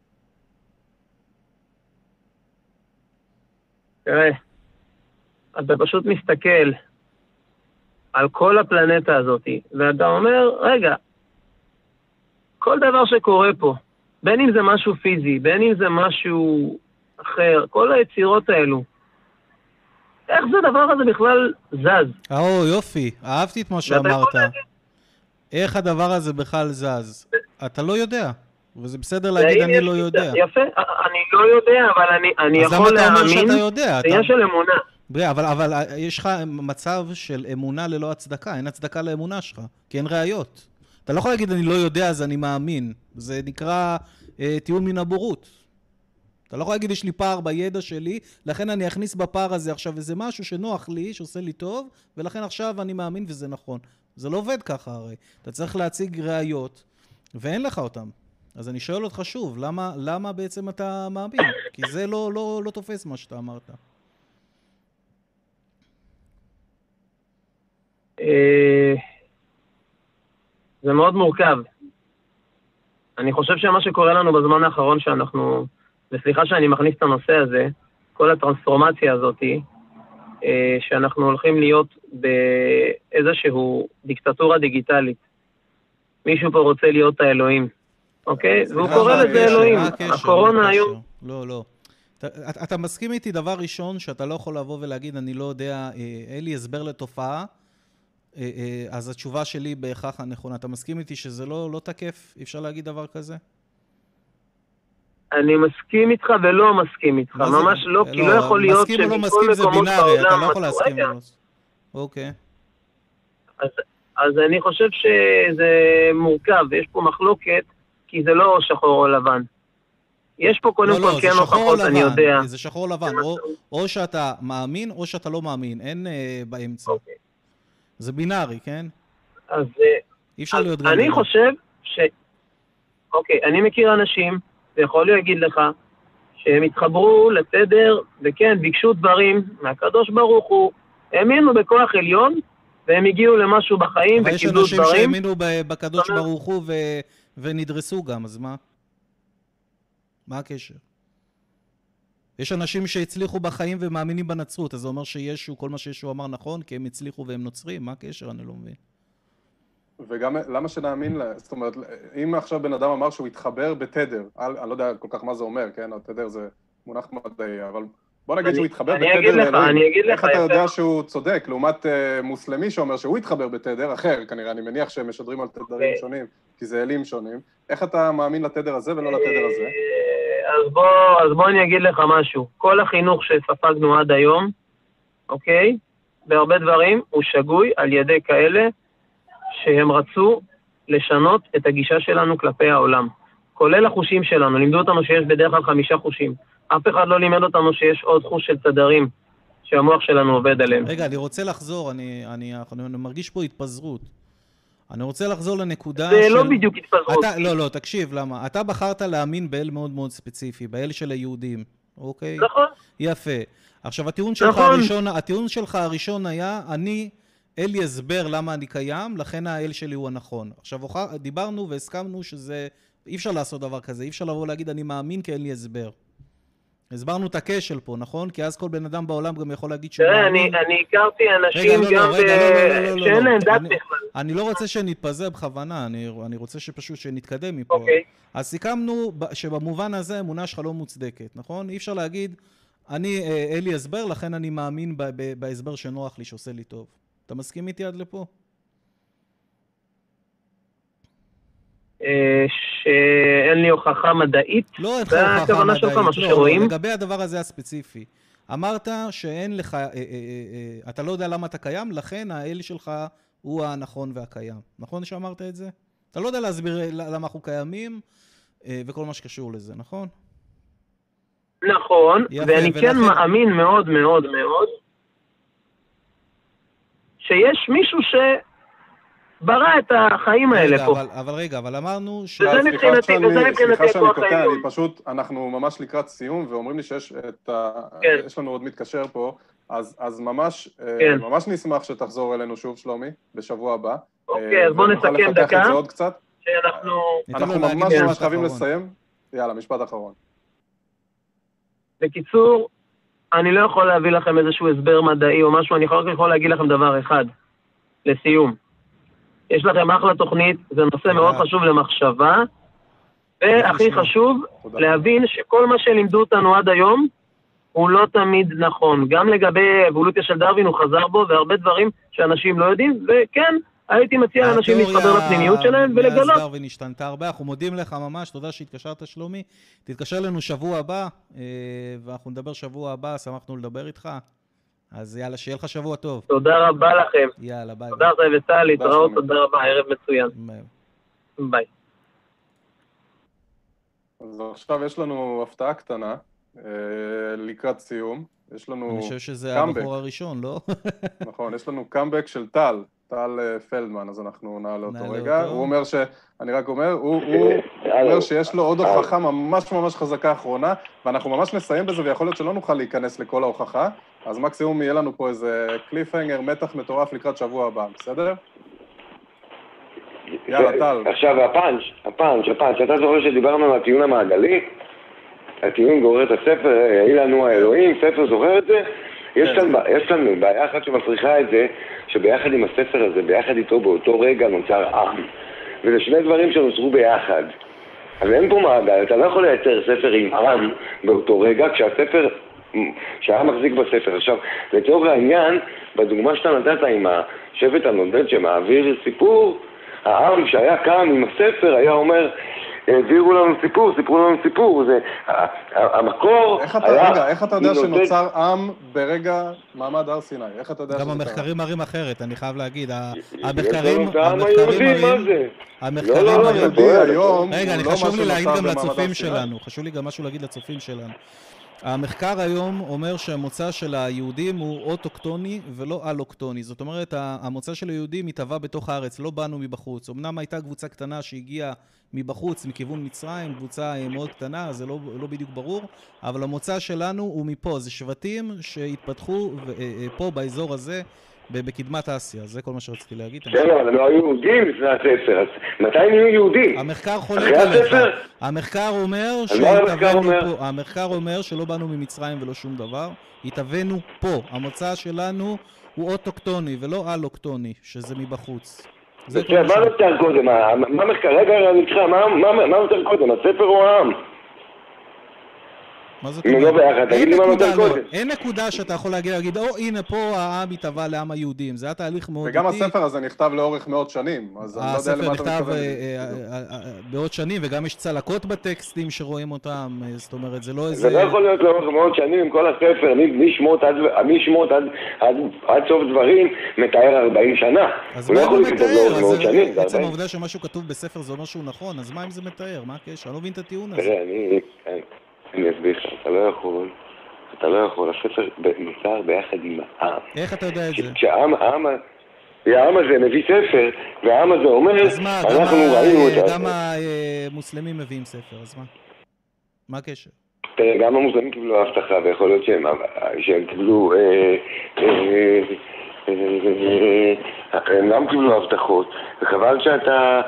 תראה, אתה פשוט מסתכל על כל הפלנטה הזאת, ואתה אומר, רגע, כל דבר שקורה פה, בין אם זה משהו פיזי, בין אם זה משהו אחר, כל היצירות האלו. איך זה הדבר הזה בכלל זז? או, יופי, אהבתי את מה שאמרת. איך הדבר הזה בכלל זז? אתה לא יודע, וזה בסדר להגיד אני לא יודע. יפה, אני לא יודע, אבל אני יכול להאמין, זה עניין של אמונה. אבל, אבל יש לך מצב של אמונה ללא הצדקה, אין הצדקה לאמונה שלך, כי אין ראיות. אתה לא יכול להגיד אני לא יודע, אז אני מאמין. זה נקרא אה, טיעון מן הבורות. אתה לא יכול להגיד יש לי פער בידע שלי, לכן אני אכניס בפער הזה עכשיו איזה משהו שנוח לי, שעושה לי טוב, ולכן עכשיו אני מאמין וזה נכון. זה לא עובד ככה הרי. אתה צריך להציג ראיות, ואין לך אותם. אז אני שואל אותך שוב, למה, למה בעצם אתה מאמין? כי זה לא, לא, לא תופס מה שאתה אמרת. זה מאוד מורכב. אני חושב שמה שקורה לנו בזמן האחרון שאנחנו, וסליחה שאני מכניס את הנושא הזה, כל הטרנספורמציה הזאת, שאנחנו הולכים להיות באיזשהו דיקטטורה דיגיטלית. מישהו פה רוצה להיות האלוהים, אוקיי? והוא קורא לזה אלוהים. הקורונה היום... לא, לא. אתה מסכים איתי דבר ראשון שאתה לא יכול לבוא ולהגיד, אני לא יודע, אין לי הסבר לתופעה, אז התשובה שלי בהכרח הנכונה. אתה מסכים איתי שזה לא, לא תקף? אי אפשר להגיד דבר כזה? אני מסכים איתך ולא מסכים איתך. ממש לא, כי לא יכול להיות שמכל מקומות בעולם... אתה לא יכול להסכים. אוקיי. אז אני חושב שזה מורכב, ויש פה מחלוקת, כי זה לא שחור או לבן. יש פה קודם כל כן הוכחות, אני יודע. זה שחור לבן, או שאתה מאמין או שאתה לא מאמין, אין באמצע. זה בינארי, כן? אז אי אפשר להיות גדול. אני חושב ש... אוקיי, אני מכיר אנשים, ויכול להגיד לך, שהם התחברו לתדר, וכן, ביקשו דברים מהקדוש ברוך הוא, האמינו בכוח עליון, והם הגיעו למשהו בחיים וקיבלו דברים. אבל יש אנשים שהאמינו בקדוש ברוך הוא ונדרסו גם, אז מה? מה הקשר? יש אנשים שהצליחו בחיים ומאמינים בנצרות, אז זה אומר שישו, כל מה שישו אמר נכון, כי הם הצליחו והם נוצרים, מה הקשר? אני לא מבין. וגם למה שנאמין לה, זאת אומרת, אם עכשיו בן אדם אמר שהוא התחבר בתדר, אני לא יודע כל כך מה זה אומר, כן? התדר זה מונח מדעי, אבל בוא נגיד שהוא התחבר בתדר לאלוהים. איך אתה יודע שהוא צודק, לעומת מוסלמי שאומר שהוא התחבר בתדר אחר, כנראה, אני מניח שהם משדרים על תדרים שונים, כי זה אלים שונים. איך אתה מאמין לתדר הזה ולא לתדר הזה? אז בוא, אז בוא אני אגיד לך משהו. כל החינוך שספגנו עד היום, אוקיי? בהרבה דברים הוא שגוי על ידי כאלה שהם רצו לשנות את הגישה שלנו כלפי העולם. כולל החושים שלנו. לימדו אותנו שיש בדרך כלל חמישה חושים. אף אחד לא לימד אותנו שיש עוד חוש של תדרים שהמוח שלנו עובד עליהם. רגע, אני רוצה לחזור. אני, אני, אני מרגיש פה התפזרות. אני רוצה לחזור לנקודה של... זה לא בדיוק התפזרות. אתה, לא, לא, תקשיב, למה? אתה בחרת להאמין באל מאוד מאוד ספציפי, באל של היהודים, אוקיי? נכון. יפה. עכשיו, הטיעון שלך נכון. הראשון, הטיעון שלך הראשון היה, אני, אין לי הסבר למה אני קיים, לכן האל שלי הוא הנכון. עכשיו, דיברנו והסכמנו שזה, אי אפשר לעשות דבר כזה, אי אפשר לבוא להגיד, אני מאמין כי אין לי הסבר. הסברנו את הכשל פה, נכון? כי אז כל בן אדם בעולם גם יכול להגיד שהוא מאמין. תראה, אני הכרתי אנשים גם שאין להם דת בכלל. אני לא רוצה שנתפזר בכוונה, אני רוצה שפשוט שנתקדם מפה. אז סיכמנו שבמובן הזה אמונה שלך לא מוצדקת, נכון? אי אפשר להגיד, אני, אין לי הסבר, לכן אני מאמין בהסבר שנוח לי, שעושה לי טוב. אתה מסכים איתי עד לפה? שאין לי הוכחה מדעית. לא אין לך הוכחה מדעית, לא, לגבי הדבר הזה הספציפי. אמרת שאין לך, אתה לא יודע למה אתה קיים, לכן האל שלך הוא הנכון והקיים. נכון שאמרת את זה? אתה לא יודע להסביר למה אנחנו קיימים וכל מה שקשור לזה, נכון? נכון, ואני כן מאמין מאוד מאוד מאוד שיש מישהו ש... ברא את החיים האלה פה. אבל רגע, אבל אמרנו... וזה מבחינתי, וזה מבחינתי הכוח העליון. אני פשוט, אנחנו ממש לקראת סיום, ואומרים לי שיש את ה... יש לנו עוד מתקשר פה, אז ממש נשמח שתחזור אלינו שוב, שלומי, בשבוע הבא. אוקיי, אז בוא נסכם דקה. שאנחנו... אנחנו ממש ממש חייבים לסיים. יאללה, משפט אחרון. בקיצור, אני לא יכול להביא לכם איזשהו הסבר מדעי או משהו, אני יכול להגיד לכם דבר אחד, לסיום. יש לכם אחלה תוכנית, זה נושא מאוד חשוב למחשבה, והכי חשוב, להבין שכל מה שלימדו אותנו עד היום, הוא לא תמיד נכון. גם לגבי האבולוציה של דרווין הוא חזר בו, והרבה דברים שאנשים לא יודעים, וכן, הייתי מציע לאנשים להתחבר לפנימיות שלהם ולגלות. התיאוריה מאז דרווין השתנתה הרבה, אנחנו מודים לך ממש, תודה שהתקשרת שלומי. תתקשר לנו שבוע הבא, ואנחנו נדבר שבוע הבא, שמחנו לדבר איתך. אז יאללה, שיהיה לך שבוע טוב. תודה רבה לכם. יאללה, ביי. תודה רבה וסל, להתראות, תודה רבה, ערב מצוין. ביי. ביי. אז עכשיו יש לנו הפתעה קטנה, לקראת סיום. יש לנו אני חושב שזה הבחור הראשון, לא? נכון, יש לנו קאמבק של טל, טל פלדמן, אז אנחנו נעלה אותו רגע. הוא אומר ש... אני רק אומר, הוא אומר שיש לו עוד הוכחה ממש ממש חזקה אחרונה, ואנחנו ממש נסיים בזה, ויכול להיות שלא נוכל להיכנס לכל ההוכחה, אז מקסימום יהיה לנו פה איזה קליפהנגר, מתח מטורף לקראת שבוע הבא, בסדר? יאללה, טל. עכשיו, הפאנץ', הפאנץ', הפאנץ', אתה זוכר שדיברנו על הטיעון המעגלי? הטיעון גורר את הספר, יהי לנו האלוהים, ספר זוכר את זה? יש לנו בעיה אחת שמפריחה את זה, שביחד עם הספר הזה, ביחד איתו באותו רגע נוצר עם. וזה שני דברים שנוצרו ביחד. אז אין פה מעגל, אתה לא יכול לייצר ספר עם עם באותו רגע, כשהספר, שהעם מחזיק בספר. עכשיו, לצורך העניין, בדוגמה שאתה נתת עם השבט הנודד שמעביר סיפור, העם שהיה קם עם הספר היה אומר, העבירו לנו סיפור, סיפרו לנו סיפור, זה, המקור איך אתה, היה... רגע, איך אתה יודע שנוצר עם ברגע מעמד הר סיני? איך אתה יודע גם המחקרים מראים אחרת, אני חייב להגיד, המחקרים מראים... המחקרים מראים... רגע, אני חשוב לי להגיד גם לצופים שלנו, חשוב לי גם משהו להגיד לצופים שלנו. המחקר היום אומר שהמוצא של היהודים הוא אוטוקטוני ולא אלוקטוני. זאת אומרת, המוצא של היהודים התהווה בתוך הארץ, לא באנו מבחוץ. אמנם הייתה קבוצה קטנה שהגיעה מבחוץ, מכיוון מצרים, קבוצה מאוד קטנה, זה לא, לא בדיוק ברור, אבל המוצא שלנו הוא מפה. זה שבטים שהתפתחו פה באזור הזה, בקדמת אסיה. זה כל מה שרציתי להגיד. כן, אבל הם לא היו יהודים לפני הספר. מתי הם יהיו יהודים? המחקר חולק עליך. המחקר אומר שהתאבנו פה. המחקר אומר שלא באנו ממצרים ולא שום דבר. התאבנו פה. המוצא שלנו הוא אוטוקטוני ולא אלוקטוני, שזה מבחוץ. מה נוצר קודם? מה מחקר? רגע, נקרא, מה נוצר קודם? הספר או העם? מה זאת אומרת? אין נקודה שאתה יכול להגיד, או הנה פה העם התהווה לעם היהודים, זה היה תהליך מאוד איטי. וגם הספר הזה נכתב לאורך מאות שנים, אז אני לא יודע למה אתה מתכוון. הספר נכתב בעוד שנים, וגם יש צלקות בטקסטים שרואים אותם, זאת אומרת, זה לא איזה... זה לא יכול להיות לאורך מאות שנים עם כל הספר, משמות עד סוף דברים, מתאר ארבעים שנה. אז מה הוא מתאר? עצם העובדה שמשהו כתוב בספר זה אומר שהוא נכון, אז מה אם זה מתאר? מה הקשר? אני לא מבין את הטיעון הזה. תראה, אני... אני אסביר לך, אתה לא יכול, אתה לא יכול, הספר נוצר ביחד עם העם. איך אתה יודע את זה? כשהעם, העם, העם הזה מביא ספר, והעם הזה אומר, אנחנו ראינו את זה. גם המוסלמים מביאים ספר, אז מה? מה הקשר? תראה, גם המוסלמים קיבלו הבטחה, ויכול להיות שהם קיבלו, הם גם קיבלו הבטחות, וחבל שאתה...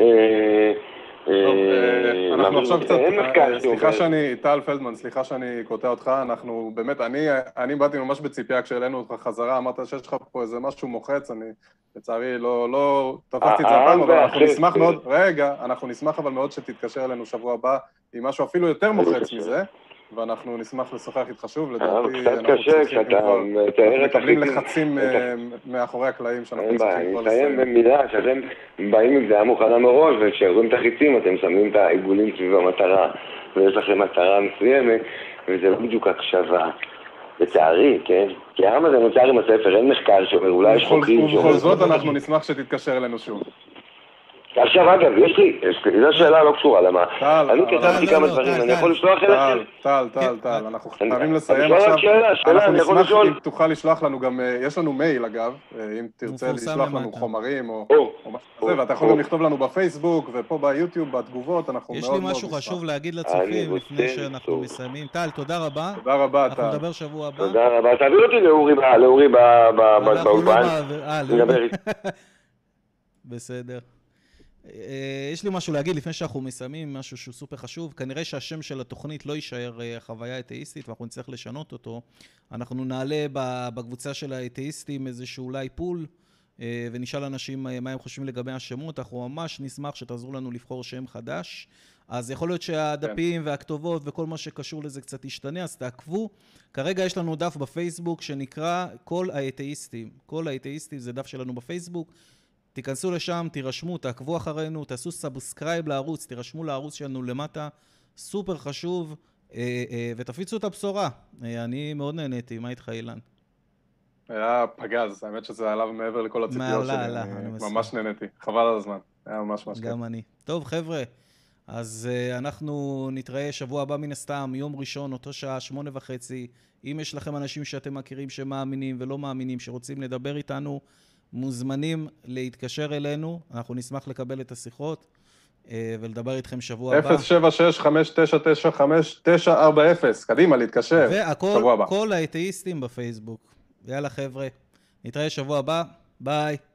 אנחנו עכשיו קצת, סליחה שאני, טל פלדמן, סליחה שאני קוטע אותך, אנחנו באמת, אני באתי ממש בציפייה כשהעלינו אותך חזרה, אמרת שיש לך פה איזה משהו מוחץ, אני לצערי לא תפסתי את זה הפעם, אבל אנחנו נשמח מאוד, רגע, אנחנו נשמח אבל מאוד שתתקשר אלינו שבוע הבא עם משהו אפילו יותר מוחץ מזה, ואנחנו נשמח לשוחח איתך שוב, לדעתי אנחנו מקבלים לחצים מאחורי הקלעים שאנחנו צריכים כבר לסיים. אני אסיים במילה שאתם באים עם זה מוכנה מראש, וכשאומרים את החיצים אתם שמים את העיגולים סביב המטרה, ויש לכם מטרה מסוימת, וזה לא בדיוק הקשבה. לצערי, כן? כי העם הזה נוצר עם הספר, אין מחקר שאומר, אולי יש חוקרים שאומר... ובכל זאת אנחנו נשמח שתתקשר אלינו שוב. עכשיו אגב, יש לי, זו שאלה לא קשורה, למה? אני כתבתי כמה דברים, אני יכול לשלוח אליכם? טל, טל, טל, אנחנו חייבים לסיים עכשיו. אנחנו נשמח אם תוכל לשלוח לנו גם, יש לנו מייל אגב, אם תרצה לשלוח לנו חומרים או משהו כזה, ואתה יכול גם לכתוב לנו בפייסבוק ופה ביוטיוב, בתגובות, אנחנו מאוד מאוד נשמח. יש לי משהו חשוב להגיד לצופים לפני שאנחנו מסיימים. טל, תודה רבה. תודה רבה, טל. אנחנו נדבר שבוע הבא. תודה רבה. תעביר אותי לאורי באולפן. בסדר. יש לי משהו להגיד לפני שאנחנו מסיימים, משהו שהוא סופר חשוב. כנראה שהשם של התוכנית לא יישאר חוויה אתאיסטית, ואנחנו נצטרך לשנות אותו. אנחנו נעלה בקבוצה של האתאיסטים איזשהו אולי פול, ונשאל אנשים מה הם חושבים לגבי השמות. אנחנו ממש נשמח שתעזרו לנו לבחור שם חדש. אז יכול להיות שהדפים והכתובות וכל מה שקשור לזה קצת ישתנה, אז תעקבו. כרגע יש לנו דף בפייסבוק שנקרא כל האתאיסטים. כל האתאיסטים זה דף שלנו בפייסבוק. תיכנסו לשם, תירשמו, תעקבו אחרינו, תעשו סאבסקרייב לערוץ, תירשמו לערוץ שלנו למטה. סופר חשוב, ותפיצו את הבשורה. אני מאוד נהניתי. מה איתך, אילן? היה פגז, האמת שזה עליו מעבר לכל הציפיות שלי. מעלה, אני אני ממש נהניתי. חבל על הזמן. היה ממש ממש כיף. גם אני. טוב, חבר'ה. אז uh, אנחנו נתראה שבוע הבא מן הסתם, יום ראשון, אותו שעה, שמונה וחצי. אם יש לכם אנשים שאתם מכירים שמאמינים ולא מאמינים, שרוצים לדבר איתנו, מוזמנים להתקשר אלינו. אנחנו נשמח לקבל את השיחות uh, ולדבר איתכם שבוע הבא. אפס שבע שש חמש תשע תשע חמש תשע ארבע אפס, קדימה, להתקשר. והכל, כל האתאיסטים בפייסבוק. יאללה חבר'ה, נתראה שבוע הבא, ביי.